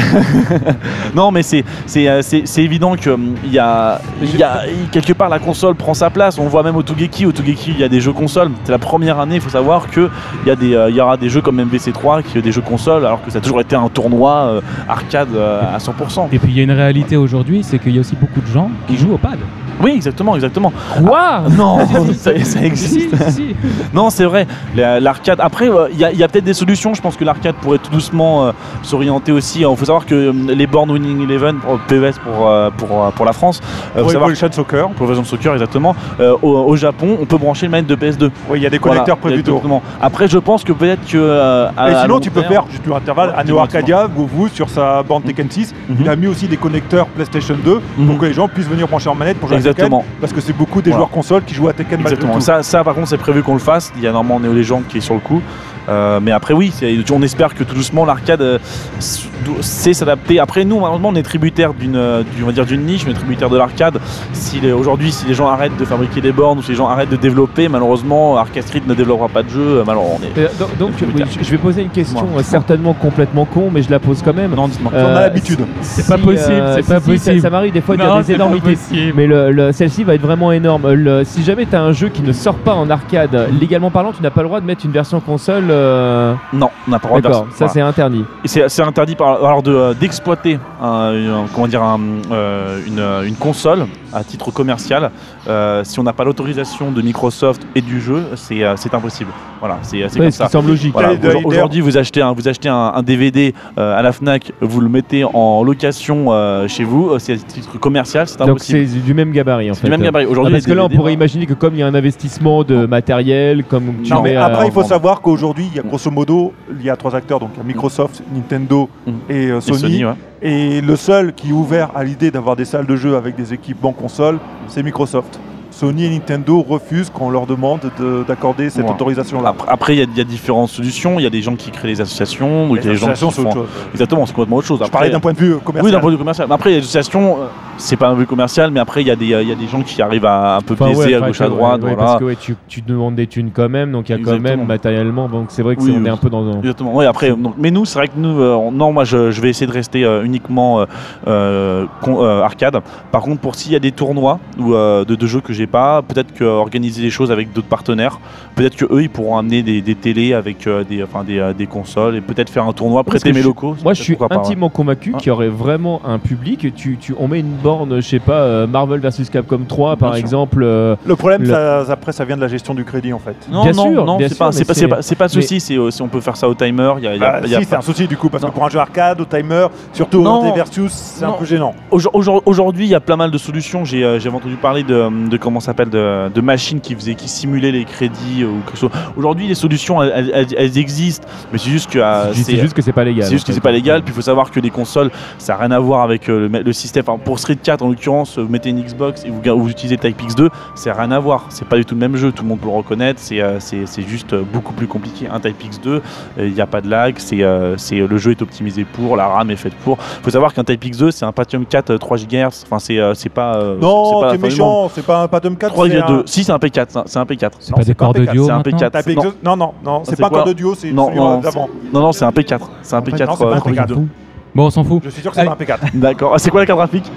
Non, mais c'est, c'est, euh, c'est, c'est évident que hum, il y a, il y a quelque part la console prend sa place. On voit même au Togeki. Au Togeki, il y a des jeux consoles. C'est la première année. Il faut savoir que il y a des, euh, il y aura des jeux comme M V C trois qui ont des jeux consoles, alors que ça a toujours été un tournoi euh, arcade euh, à cent pour cent. Et puis il y a une réalité aujourd'hui, c'est qu'il y a aussi beaucoup de gens qui jouent au pad. Oui, exactement, exactement. Quoi Non, ça, ça existe. Si, si, si. Non, c'est vrai. La- L'arcade. Après, euh, il y a, il y a peut-être des solutions. Je pense que l'arcade pourrait tout doucement euh, s'orienter aussi. Il faut savoir que euh, les bornes Winning Eleven, pour P E S pour, euh, pour, euh, pour la France, euh, faut Pour savoir Evolution Soccer. pour Evolution Soccer exactement, euh, au, au Japon, on peut brancher le manette de P S deux. Oui, il y a des Voilà, connecteurs prévus autour. exactement. Après, je pense que peut-être que. euh, à- Et à sinon, long tu peux terme- faire, juste un intervalle, à Neo Dis-moi, Arcadia, où vous, sur sa borne Tekken six, Mhm. il a mis aussi des connecteurs PlayStation deux Mhm. pour que les gens puissent venir brancher en manette pour jouer Exactement. à Tekken. Parce que c'est beaucoup des Voilà. joueurs consoles qui jouent à Tekken malgré Exactement. tout. Ça, ça, par contre, c'est prévu qu'on le fasse. Il y a normalement Néo Légende qui est sur le coup. Euh, mais après, oui, c'est- on espère que tout doucement l'arcade euh, s- sait s'adapter. Après, nous, malheureusement, on est tributaire d'une, euh, du- on va dire d'une niche, on est tributaire de l'arcade. Si les- aujourd'hui, si les gens arrêtent de fabriquer des bornes ou si les gens arrêtent de développer, malheureusement, Arcade Street ne développera pas de jeu. Malheureusement, on est. Euh, donc, donc, oui, je je vais poser une question Dis-moi. euh, certainement complètement con, mais je la pose quand même. Non, dites-moi. On a l'habitude. C'est pas possible, c'est pas si, si, ça- possible. Ça, m'arrive des fois de dire Non, des c'est pas énormités. possible. Mais le, le- celle-ci va être vraiment énorme. Le- si jamais tu as un jeu qui ne sort pas en arcade, légalement parlant, tu n'as pas le droit de mettre une version console. euh, Non, on n'a pas le droit de D'accord, faire ça Voilà. c'est interdit. Et c'est c'est interdit par, alors de, euh, d'exploiter un- un- comment dire, un, euh, une, euh, une console à titre commercial. Euh, si on n'a pas l'autorisation de Microsoft et du jeu, c'est euh, c'est impossible. Voilà, c'est c'est Ouais, comme ce ça. qui semble logique. Voilà, Et d'ailleurs- aujourd- Aujourd'hui, vous achetez un, vous achetez un, un D V D euh, à la Fnac, vous le mettez en location euh, chez vous, euh, c'est à titre commercial, c'est Donc impossible. c'est du même gabarit en C'est fait. du même gabarit. Ah, Aujourd'hui, parce les que là on D V D, pourrait voilà. imaginer que comme il y a un investissement de matériel, comme tu Non, mets mais euh, après, il faut en- savoir qu'aujourd'hui, il y a grosso modo, il y a trois acteurs, donc il y a Microsoft, Nintendo Mhm. et euh, Et Sony. Sony, ouais. Et le seul qui est ouvert à l'idée d'avoir des salles de jeu avec des équipements consoles, c'est Microsoft. Sony et Nintendo refusent quand on leur demande de- d'accorder cette Ouais. autorisation-là. Après, après, il y, a- il y a différentes solutions. Il y a des gens qui créent les associations, donc il y a des gens qui associations, c'est font. autre chose. Exactement, c'est complètement autre chose. Je Après- parlais d'un point de vue commercial. Oui, d'un point de vue commercial. Mais après, les associations, euh, c'est pas un vue commercial, mais après, il y, a des, euh, il y a des gens qui arrivent à un peu Enfin, biaiser ouais, à enfin, gauche à ouais, droite. ouais, voilà. Parce que ouais, tu, tu demandes des thunes quand même, donc il y a quand Exactement. même matériellement, donc c'est vrai que Oui, c'est- on oui. est un peu dans un. Exactement. Oui, après, donc, mais nous, c'est vrai que nous, euh, on- non, moi, je, je vais essayer de rester euh, uniquement euh, euh, con- euh, arcade. Par contre, pour s'il y a des tournois ou euh, de, de jeux que j'ai pas, peut-être que organiser des choses avec d'autres partenaires, peut-être que eux, ils pourront amener des, des télés avec euh, des, enfin, des, euh, des consoles et peut-être faire un tournoi, Parce prêter que mes je- locaux. Moi, je suis Pourquoi pas, ouais. intimement convaincu Hein qu'il y aurait vraiment un public. Tu, tu, on met une borne, je sais pas, euh, Marvel versus Capcom trois, par Bien sûr. exemple. euh, Le problème, Le- ça- après, ça vient de la gestion du crédit, en fait. Non, Bien non, sûr, non, bien c'est sûr, pas, mais c'est pas, c'est- c'est pas, c'est pas mais- ceci. C'est euh, si on peut faire ça au timer. Il y a, il y a- Bah, il y a si, c'est pas- un souci du coup, parce Non. que pour un jeu arcade, au timer, surtout Non. au versus, c'est un Non. peu gênant. Aujourd- aujourd- Aujourd'hui, il y a plein mal de solutions. J'ai euh, j'avais entendu parler de, de comment ça s'appelle de, de machines qui faisaient, qui simulaient les crédits ou quelque chose. Aujourd'hui, les solutions, elles, elles- elles- elles existent, mais c'est juste que euh, c'est juste que c'est pas légal. c'est juste en que fait. c'est pas légal. Puis il faut savoir que les consoles, ça n'a rien à voir avec euh, le, le système. Enfin, pour Street quatre, en l'occurrence, vous mettez une Xbox et vous, ga- vous utilisez Type X deux, ça n'a rien à voir. C'est pas du tout le même jeu. Tout le monde peut le reconnaître. C'est euh, c'est- c'est juste euh, beaucoup plus compliqué. Un Type X deux, il n'y a pas de lag. C'est euh, c'est- le jeu est optimisé pour, la RAM est faite pour. Il faut savoir qu'un Type X deux, c'est un Pentium quatre euh, trois gigahertz. Enfin, c'est euh, c'est pas. euh, c'est Non, pas t'es la fin du monde. méchant, c'est pas un Pentium quatre, trois c'est virgule deux. un... Si, c'est un P quatre. c'est un- C'est un P quatre. C'est Non, pas c'est des pas corps P de quatre, duo c'est un maintenant P quatre. Type Non. X deux Non, non, non, c'est c'est pas quoi corps de duo, c'est Non, celui non, d'avant. Non, non, c'est un P quatre. C'est un P quatre. Non, c'est pas un euh, P quatre. trois virgule Bon, on s'en fout. Je suis sûr que c'est Allez. pas un P quatre. deux. D'accord. Ah, c'est quoi la carte graphique?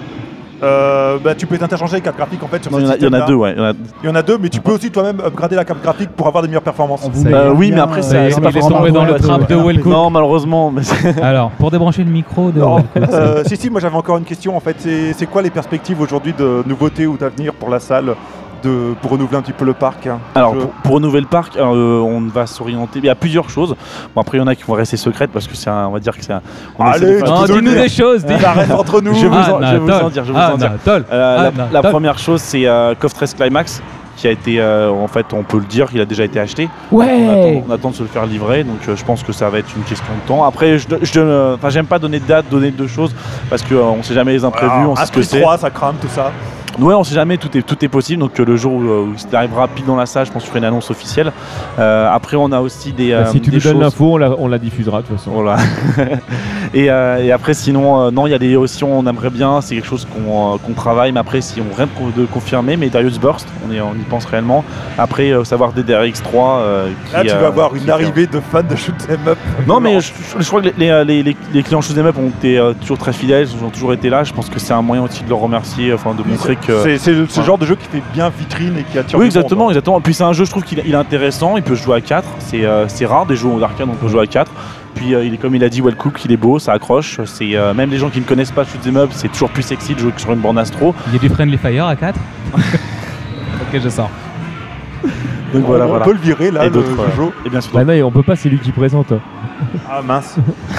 Euh, bah, tu peux t'interchanger les cartes graphiques en fait sur Non, ce il y en a- il y en a système-là. deux, ouais. il y en a- Il y en a deux, mais tu peux aussi toi-même upgrader la carte graphique pour avoir des meilleures performances. On vous Ça y met est. un Euh, oui, lien, mais après, euh, ça- il c'est est pas tombé forcément dans le bon, trap de ouais. Wellcook. Non, malheureusement. mais c'est- Alors, pour débrancher le micro de Non, Wellcook, euh, si, si, moi j'avais encore une question en fait. C'est c'est quoi les perspectives aujourd'hui de nouveautés ou d'avenir pour la salle de, pour renouveler un petit peu le parc hein, Alors, je... pour, pour renouveler le parc, euh, on va s'orienter. Il y a plusieurs choses. Bon, après, il y en a qui vont rester secrètes parce que c'est un, on va dire que c'est un. On Allez, essaie de faire- Non, désolé. dis-nous des choses. dis- Ça reste entre nous. Je vais vous, en, Ah, je vais vous Nathan. en dire. Je vais Ah, vous en dire. Nathan. Euh, Ah, la, la Nathan. première chose, c'est euh, KOF treize Climax, qui a été, euh, en fait, on peut le dire, il a déjà été acheté. Ouais. On attend, on attend de se le faire livrer, donc euh, je pense que ça va être une question de temps. Après, je, je donne, euh, enfin, j'aime pas donner de date, donner de choses, parce qu'on euh, on sait jamais les imprévus, Voilà, on sait un ce que Street c'est. trois, ça crame tout ça. Ouais, on sait jamais, tout est, tout est possible. Donc euh, le jour où, euh, où ça arrivera pile dans la salle, je pense que je ferai une annonce officielle. Euh, après, on a aussi des. Bah, euh, si tu des nous donnes choses- l'info, on la, on la diffusera de toute façon. Voilà. et, euh, et après, sinon, euh, non, il y a des aussi, on aimerait bien, c'est quelque chose qu'on euh, qu'on travaille, mais après, si on rien de, co- de confirmer, mais Darius Burst, on, est, on y pense réellement. Après, euh, savoir D D R X trois. euh, qui, Là, tu euh, vas avoir qui une fait- arrivée de fans de shoot 'em up. Non, mais je, je- je crois que les, les, les, les- les clients Shoot'em Up ont été euh, toujours très fidèles, ils ont toujours été là. Je pense que c'est un moyen aussi de leur remercier, enfin de montrer que. C'est c'est le- ce Ouais. genre de jeu qui fait bien vitrine et qui attire Oui, du exactement, monde. exactement. Puis c'est un jeu, je trouve qu'il il est intéressant, il peut se jouer à quatre. C'est euh, c'est rare des jeux d'arcade, on peut jouer à quatre. Puis euh, il est comme il a dit, Well Cook, il est beau, ça accroche. C'est euh, même les gens qui ne connaissent pas Shoot'em Up, c'est toujours plus sexy de jouer que sur une borne Astro. Il y a du Friendly Fire à quatre. Ok, je sors. Donc On, voilà, on voilà. peut le virer là, Et le d'autres, euh, jeu. Et bien sûr. Bah non, et on peut pas, c'est lui qui présente. Ah mince.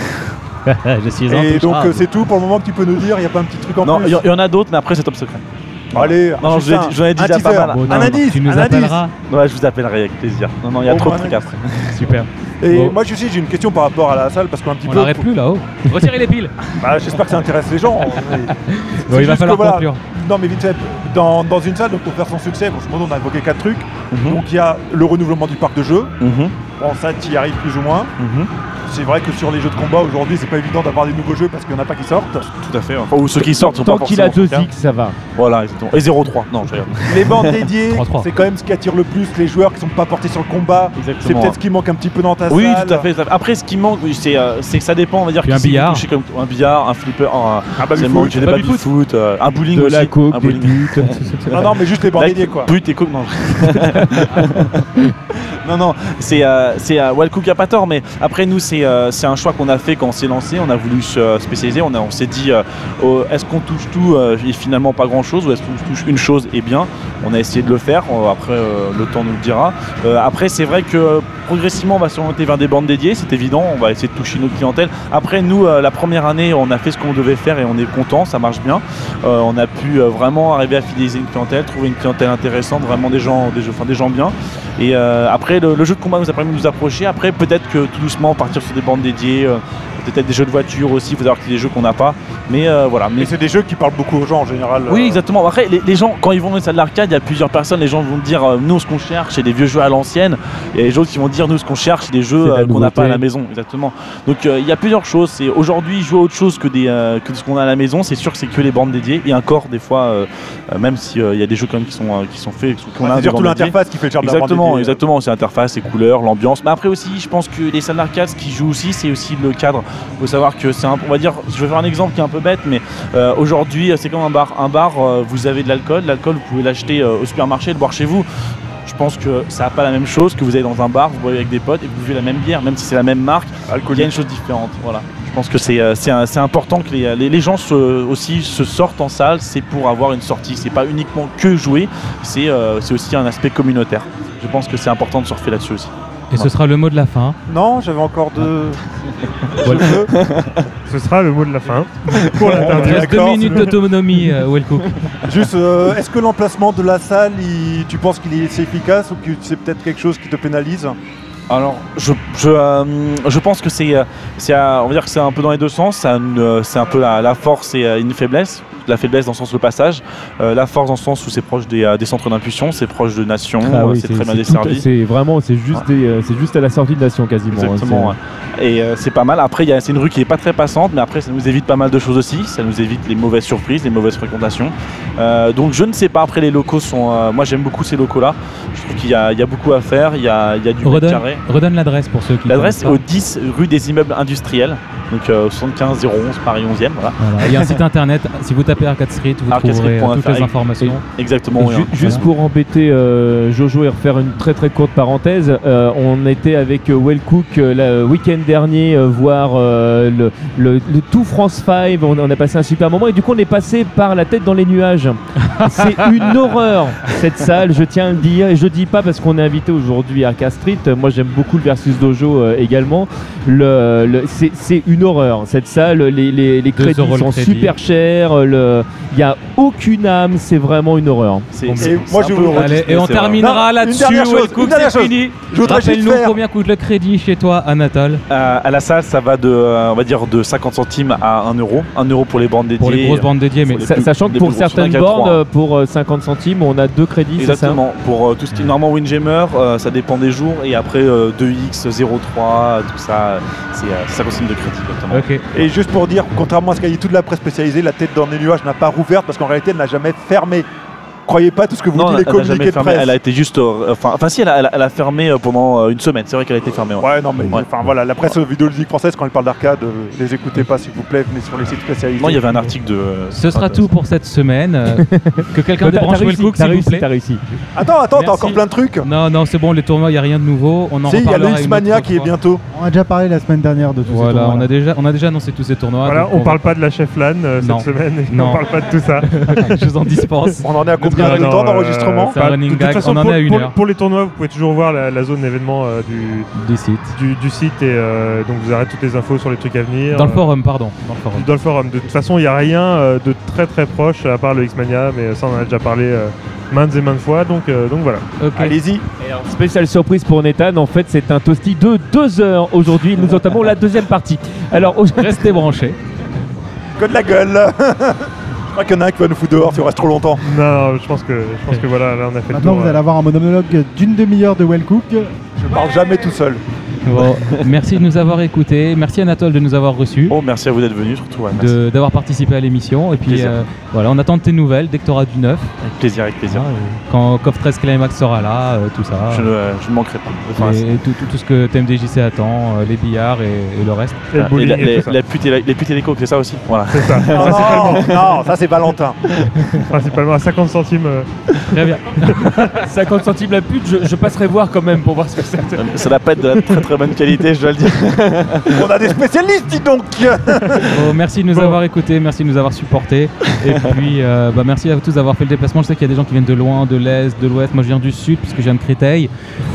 je suis Et donc intouchable. euh, c'est tout pour le moment que tu peux nous dire, il n'y a pas un petit truc en Non, plus il y, y en a d'autres, mais après c'est top secret. Allez, Non, juste je l'ai un- dit- j'en ai dit un déjà pas teaser. mal. Bon, un non, indice, tu nous un indice. appelleras. Ouais, je vous appellerai avec plaisir. Non, non, il y a Au trop de moins trucs un après. Super. Et Bon. moi aussi j'ai une question par rapport à la salle parce qu'un petit On peu. n'arrête plus là-haut. Retirez les piles. Bah, j'espère que ça intéresse les gens. Mais Bon, c'est il va juste falloir que, voilà, conclure. Non mais vite fait, dans, dans une salle, donc pour faire son succès, bon, ce moment, on a évoqué quatre trucs. Mhm. Donc il y a le renouvellement du parc de jeux. Mhm, Bon ça tu y arrives plus ou moins. mhm. C'est vrai que sur les jeux de combat aujourd'hui c'est pas évident d'avoir des nouveaux jeux parce qu'il n'y en a pas qui sortent. Tout à fait. Enfin, ou ceux qui sortent sont Tant pas qu'il a forcément deux efficaces. X, ça va. Voilà, exactement. Et zéro trois. Non, je regarde. Les bandes dédiées, trois trois. c'est quand même ce qui attire le plus les joueurs qui sont pas portés sur le combat. C'est Exactement. peut-être ce qui manque un petit peu dans ta Oui, salle. tout à fait. tout à fait. Après, ce qui manque, oui, c'est euh, c'est que ça dépend. On va dire Puis que un si vous billard. touchez comme un billard, un flipper, un, Un baby c'est foot. manque, j'ai des Un baby baby foot, euh, un bowling De aussi. la coke, un des bowling. buts. Non non mais juste les bandes Là, dédiées quoi. But et coke, non. non, non, c'est euh, c'est euh, Well Cook a pas tort, mais après nous c'est euh, c'est un choix qu'on a fait quand on s'est lancé. On a voulu se euh, spécialiser. On, a- on s'est dit euh, oh, est-ce qu'on touche tout euh, et finalement pas grand chose, ou est-ce qu'on touche une chose et bien. On a essayé de le faire. On- après euh, le temps nous le dira. Euh, après c'est vrai que euh, progressivement on va s'orienter vers des bandes dédiées, c'est évident. On va essayer de toucher notre clientèle. Après nous euh, la première année on a fait ce qu'on devait faire et on est content, ça marche bien. Euh, on a pu euh, vraiment arriver à fidéliser une clientèle, trouver une clientèle intéressante, vraiment des gens, des, enfin, des gens bien. Et euh, après le, le jeu de combat nous a permis de nous approcher. Après peut-être que tout doucement partir sur des bandes dédiées, euh, peut-être des jeux de voiture aussi. Il faut savoir qu'il y a des jeux qu'on n'a pas. Mais euh, voilà. Mais Mais c'est des jeux qui parlent beaucoup aux gens en général. oui, euh, exactement. Après, les, les gens, quand ils vont dans une salle d'arcade, il y a plusieurs personnes. Les gens vont dire, euh, nous, ce qu'on cherche, c'est des vieux jeux à l'ancienne. Il y a les autres qui vont dire, nous, ce qu'on cherche, c'est des jeux C'est de la euh, qu'on n'a pas à la nouveauté. maison. Exactement. Donc, euh, il y a plusieurs choses. C'est aujourd'hui jouer à autre chose que, des, euh, que ce qu'on a à la maison. C'est sûr que c'est que les bandes dédiées et encore des fois, euh, euh, même si euh, il y a des jeux quand même qui sont euh, qui sont faits, qu'on ouais, a c'est des surtout bandes dédiées. l'interface qui fait le charme de la bande Exactement, dédiée. exactement. C'est l'interface, les couleurs, l'ambiance. Mais après aussi, je pense que les salles d'arcade, ce qui joue aussi, c'est aussi le cadre. Il faut savoir que c'est un, on va dire, je vais faire un exemple qui est un peu bête, mais euh, aujourd'hui, c'est comme un bar. Un bar, euh, vous avez de l'alcool. L'alcool, vous pouvez l'acheter euh, au supermarché et le boire chez vous. Je pense que ça n'a pas la même chose que vous allez dans un bar, vous boivez avec des potes et vous buvez la même bière, même si c'est la même marque. Il y a une chose différente. Voilà. Je pense que c'est euh, c'est un- c'est important que les, les, les gens se, aussi se sortent en salle. C'est pour avoir une sortie. C'est pas uniquement que jouer. C'est euh, c'est aussi un aspect communautaire. Je pense que c'est important de surfer là-dessus aussi. Et ce sera le mot de la fin. Non, j'avais encore deux. Voilà. Ce sera le mot de la fin pour Il l'interdire. reste deux D'accord, minutes c'est- d'autonomie, euh, Wellcook. Juste, euh, est-ce que l'emplacement de la salle, il- tu penses qu'il est c'est efficace ou que c'est peut-être quelque chose qui te pénalise? Alors, je, je, euh, je pense que c'est, euh, c'est, euh, on va dire que c'est un peu dans les deux sens. Ça a une, euh, c'est un peu la, la force et euh, une faiblesse. La faiblesse dans le sens le passage, euh, la force dans le sens où c'est proche des, euh, des centres d'impulsion, c'est proche de Nation, Ah euh, oui, c'est très bien tout- desservi. C'est vraiment, c'est juste, des, euh, c'est juste à la sortie de Nation quasiment. hein, Exactement. ouais. Et euh, c'est pas mal. Après, il y a- c'est une rue qui est pas très passante, mais après, ça nous évite pas mal de choses aussi. Ça nous évite les mauvaises surprises, les mauvaises fréquentations. Euh, donc, je ne sais pas. Après, les locaux sont. euh, moi, j'aime beaucoup ces locaux-là. Je trouve qu'il y a, il y a beaucoup à faire. Il y a, il y a du mètre Redonne, carré. redonne l'adresse pour ceux qui. L'adresse est connaissent au dix rue des Immeubles Industriels, donc euh, soixante-quinze zéro onze Paris onzième. Voilà. pas. Voilà. Il y a un site internet. Si vous tapez tapez Arcade Street, vous Arcade trouverez Street point euh, toutes F R. les informations. Exactement. Et oui, ju- hein. juste pour embêter euh, Jojo et refaire une très très courte parenthèse, euh, on était avec euh, Wellcook euh, le week-end dernier euh, voir euh, le, le, le tout France cinq, on, on a passé un super moment et du coup on est passé par la tête dans les nuages. C'est une horreur cette salle, je tiens à le dire, et je dis pas parce qu'on est invité aujourd'hui à Arcade Street, moi j'aime beaucoup le Versus Dojo euh, également, le, le, c'est, c'est une horreur cette salle, les, les, les crédits euros le sont crédit. super chers, il n'y a aucune âme, c'est vraiment une horreur. C'est- Et c'est- moi, c'est je un peu vous- le Allez, Disney, et on c'est vrai. terminera Non, là-dessus. une dernière chose, Wellcook, une dernière c'est chose. fini. Je voudrais juste Rappelle-nous faire- combien coûte le crédit chez toi, Anatole, Euh, à la salle, ça va de, euh, on va dire, de cinquante centimes à un euro. un euro pour les bandes dédiées. pour les grosses bandes dédiées. Mais les Sa- plus- Sachant que les pour plus grosses, certaines il y en a qu'à bornes, trois, hein. euh, pour euh, cinquante centimes, on a deux crédits, c'est ça? Exactement. Pour euh, tout ce qui est normalement Windjammer, euh, ça dépend des jours. Et après euh, deux X, zéro trois, tout ça, c'est euh, cinquante centimes de crédit. Exactement. ok. Et juste pour dire, contrairement à ce qu'a dit toute la presse spécialisée, la tête dans les nuages n'a pas rouvert parce qu'en réalité, elle n'a jamais fermé. Croyez pas tout ce que vous Non, dites elle les n'a communiqués jamais de fermé. presse. Elle a été juste. euh, Enfin, enfin, si, elle a, elle a- elle a fermé euh, pendant euh, une semaine. C'est vrai qu'elle a été fermée. ouais. Ouais, non, mais Ouais. enfin voilà, la presse vidéoludique française, quand elle parle d'arcade, euh, les écoutez pas s'il vous plaît, venez sur les sites spécialisés. Non, il y avait un article de. euh, Ce sera intéressant. tout pour cette semaine. Euh, que quelqu'un T'as- t'as débranche réussi, Wellcook, t'as s'il vous réussi, plaît. t'as réussi. Attends, attends, t'as Merci. encore plein de trucs. Non, non, c'est bon, les tournois, il n'y a rien de nouveau. On en Si, il y a reparlera le une X-Mania autre qui est fois. bientôt. On a déjà parlé la semaine dernière de tout Voilà, ça. on a, déjà, on a déjà annoncé tous ces tournois. Voilà, donc on parle pas de la chef LAN euh, Non. cette semaine, et Non. on parle pas de tout ça. Je vous en dispense. On en est à combien Non, de non, temps euh, d'enregistrement C'est un pas- running de toute gag, façon, on en pour, est à une pour- heure. pour les tournois, vous pouvez toujours voir la, la zone événement euh, du, Des sites. du, du site et euh, donc vous aurez toutes les infos sur les trucs à venir. Dans le euh, forum, pardon. Dans le forum. Dans le forum. De toute façon, il n'y a rien euh, de très très proche à part le X-Mania, mais ça on en a déjà parlé euh, maintes et maintes fois, donc, euh, donc voilà. Ok. Allez-y. Et alors, spéciale surprise pour Nathan, en fait c'est un toasty de deux heures aujourd'hui, nous entamons la deuxième partie. Alors au- Restez branchés. Que de la gueule. Je crois qu'il y en a un qui va nous foutre dehors si on reste trop longtemps. Non, non, je pense que, je pense que voilà, là on a fait le Maintenant, tour. vous euh. allez avoir un monologue d'une demi-heure de Wellcook. Je parle jamais tout seul. Bon, merci de nous avoir écoutés. Merci Anatole de nous avoir reçus. Oh, merci à vous d'être venu, surtout. Ouais, merci. de- D'avoir participé à l'émission. Et puis Plaisir. euh, voilà, on attend de tes nouvelles dès que tu auras du neuf. Avec plaisir, avec plaisir. Hein, euh, quand Coff treize Climax sera là, euh, tout ça. Je, ne, je ne manquerai pas. Enfin, et tout, tout- tout ce que T M D J C attend, euh, les billards et, et le reste. Et le et bowling la, et les, tout ça. la pute et la- les putes et les coques, c'est ça aussi. Voilà. C'est ça, Non, non, non, ça c'est Valentin. principalement à cinquante centimes. euh, Très bien. cinquante centimes la pute, je, je passerai voir quand même pour voir ce que c'est. Ça n'a pas être de la très très bonne qualité, je dois le dire. On a des spécialistes, dis donc. Bon, merci de nous Bon. avoir écoutés, merci de nous avoir supportés. Et puis, euh, bah, merci à vous tous d'avoir fait le déplacement. Je sais qu'il y a des gens qui viennent de loin, de l'est, de l'ouest. Moi, je viens du sud puisque je viens de Créteil.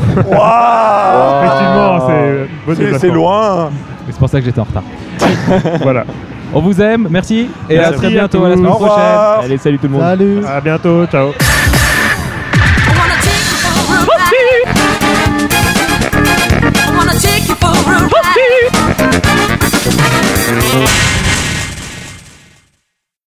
Waouh. Effectivement, c'est euh, bon C'est- déplacement. C'est loin. Et c'est pour ça que j'étais en retard. Voilà. On vous aime, merci. Et Merci à très à bientôt, à la tous. semaine Au prochaine. revoir. Allez, salut tout le monde. Salut. À bientôt, ciao.